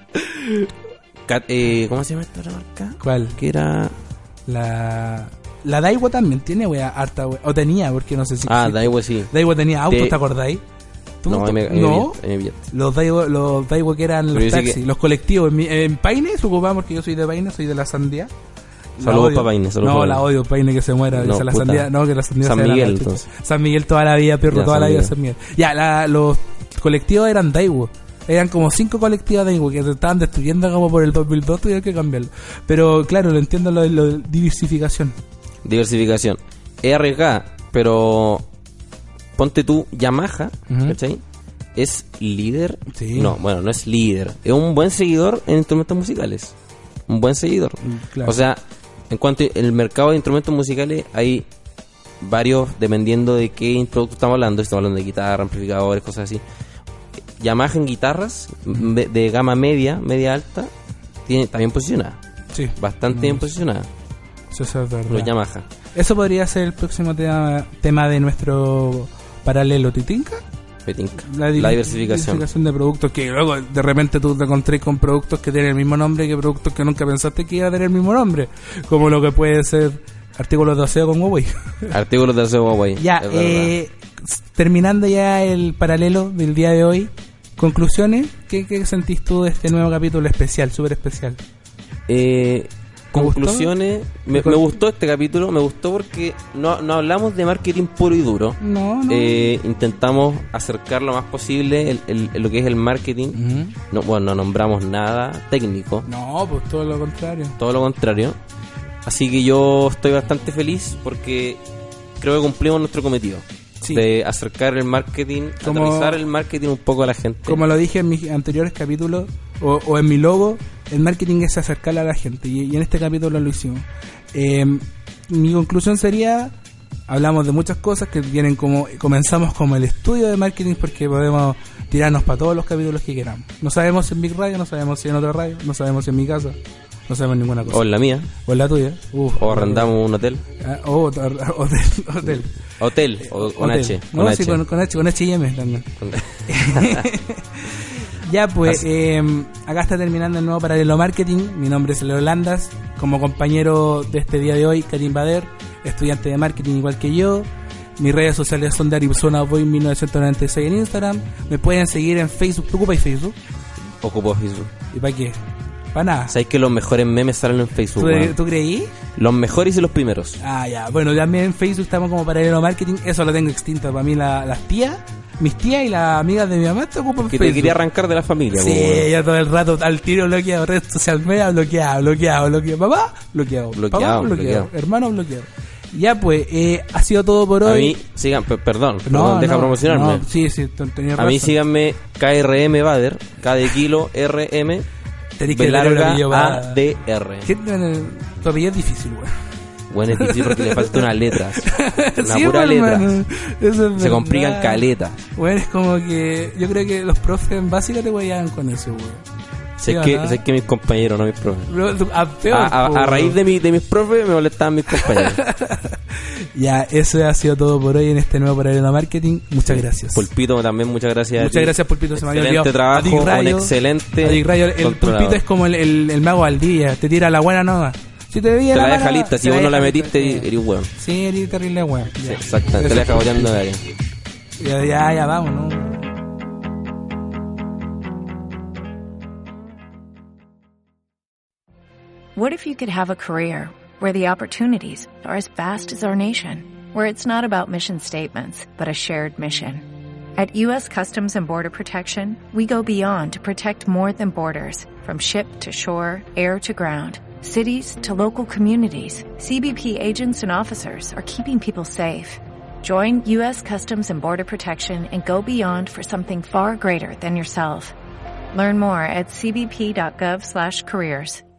Cat- eh, ¿Cómo se llama esta otra marca? ¿Cuál? Que era... La, la Daiwa también tiene, wea, harta, wea. O tenía, porque no sé si. Ah, existe. Daiwa sí. Daiwa tenía autos, De- ¿te acordáis? ¿Tú No, te- ahí me, ahí me no. pillaste, ahí me pillaste. Los Daiwa, los Daiwa que eran Pero los yo sé taxis, que- los colectivos. En, mi- en Paine se ocupaba porque yo soy de Paine, soy de la Sandía. La Saludos odio. pa' Paine, saludos No, pa' la Paine. odio, Paine que se muera. No, dice la puta. Sandía, no, que la Sandía San se vaya a la Miguel, chucha. entonces. San Miguel toda la vida, perro, Ya, toda San la vida Miguel. San Miguel. Ya, la, los colectivos eran Daiwa. Eran como cinco colectivos Daiwa que se estaban destruyendo como por el dos mil dos, tuvieron que cambiarlo. Pero claro, lo entiendo lo de lo de diversificación. Diversificación. Es arriesgada, pero ponte tú, Yamaha, Ujú. ¿cachai? Es líder. Sí. No, bueno, no es líder. Es un buen seguidor en instrumentos musicales. Un buen seguidor. Claro. O sea, en cuanto al mercado de instrumentos musicales, hay varios, dependiendo de qué producto estamos hablando. Estamos hablando de guitarra, amplificadores, cosas así. Yamaha en guitarras de, de gama media, media alta, tiene también posicionada. Sí. Bastante bien posicionada. Eso es verdad. Los Yamaha. Eso podría ser el próximo tema, tema de nuestro paralelo Titinca. Petinca. La, La, di- diversificación. diversificación de productos que luego de repente tú te encontrás con productos que tienen el mismo nombre que productos que nunca pensaste que iba a tener el mismo nombre. Como lo que puede ser artículos de aseo con Huawei. Artículos de aseo Huawei. Ya, es verdad. eh, s- terminando ya el paralelo del día de hoy. Conclusiones, ¿qué, qué sentís tú de este nuevo capítulo especial, súper especial? Eh, ¿Te conclusiones. Me, me gustó este capítulo. Me gustó porque no, no hablamos de marketing puro y duro. No, no. Eh, intentamos acercar lo más posible el, el- el- lo que es el marketing. Ujú. No, bueno, no nombramos nada técnico. No, pues todo lo contrario. Todo lo contrario. Así que yo estoy bastante feliz porque creo que cumplimos nuestro cometido. Sí. De acercar el marketing, Como- aterrizar el marketing un poco a la gente. Como lo dije en mis anteriores capítulos, o, o en mi logo, el marketing es acercarle a la gente, y, y en este capítulo lo hicimos. Eh, mi conclusión sería Hablamos de muchas cosas que vienen como... Comenzamos como el estudio de marketing porque podemos tirarnos para todos los capítulos que queramos. No sabemos si en Big Radio, no sabemos si en otra radio, no sabemos si en mi casa, no sabemos ninguna cosa. O en la mía. O en la tuya. Uf, o arrendamos un hotel. Ah, o hotel. Hotel. Hotel, o con hotel. H. No, Con sí, H. con, con H, con H y M también. Ya pues, eh, acá está terminando el nuevo Paralelo Marketing. Mi nombre es Leo Landas. Como compañero de este día de hoy, Karim Bader, estudiante de marketing igual que yo. Mis redes sociales son de Arizona Boy mil novecientos noventa y seis en Instagram. Me pueden seguir en Facebook. ¿Tú ocupas Facebook? Ocupo Facebook. ¿Y para qué? Para nada. ¿Sabes que los mejores memes salen en Facebook? ¿Tú, weón? ¿Tú creí? Los mejores y los primeros. Ah, ya. Bueno, también en Facebook estamos como Paralelo Marketing. Eso lo tengo extinto. Para mí la, las tías, mis tías y las amigas de mi mamá te ocupan Que Facebook. te quería arrancar de la familia. Sí, weón. ya todo el rato al tiro bloqueado. Red social media bloqueado, bloqueado, bloqueado. Papá, bloqueado. Bloqueado, Papá, bloqueado. bloqueado. Hermano, bloqueado. Ya pues, eh, ha sido todo por hoy. A mí, sigan, p- perdón, No, perdón, deja no, promocionarme. no, sí, sí, t- tenías A mí razón. síganme K R M Bader, K de kilo, R M, Tenés que B tener un larga, apellido A para- D R. ¿Qué- eh, Tu apellido es difícil, güey. Bueno, es difícil porque le falta una letra. Una Sí, pura pues, letra. hermano, eso es Se verdad. complican caleta. Bueno, es como que yo creo que los profes en básica te huellaban con eso, güey. Sé Sí, que, ¿verdad? sé que mis compañeros, no mis profes. Lo- lo- A, peor, A, a- po, a raíz güey. de, mi, de mis profes me molestaban mis compañeros. Ya, eso ha sido todo por hoy en este nuevo Paralelo Marketing. Muchas gracias. Pulpito también, muchas gracias. a Muchas ti. gracias, Pulpito. Se me había Excelente olvidado. A Dick trabajo, un Rayo, excelente a Dick Rayo, el controlador. Pulpito es como el, el, el mago al día. Te tira la buena nova. Si te veía Te la mala, deja lista, si te vos no la deja metiste, lista, sí. eres weón. Sí, eres terrible weón. Sí, Ya. exactamente, te la deja boteando de área. Ya, ya, ya, vamos, ¿no? What if you could have a career where the opportunities are as vast as our nation, where it's not about mission statements, but a shared mission? At U S Customs and Border Protection, we go beyond to protect more than borders. From ship to shore, air to ground, cities to local communities, C B P agents and officers are keeping people safe. Join U S Customs and Border Protection and go beyond for something far greater than yourself. Learn more at c b p dot gov slash careers.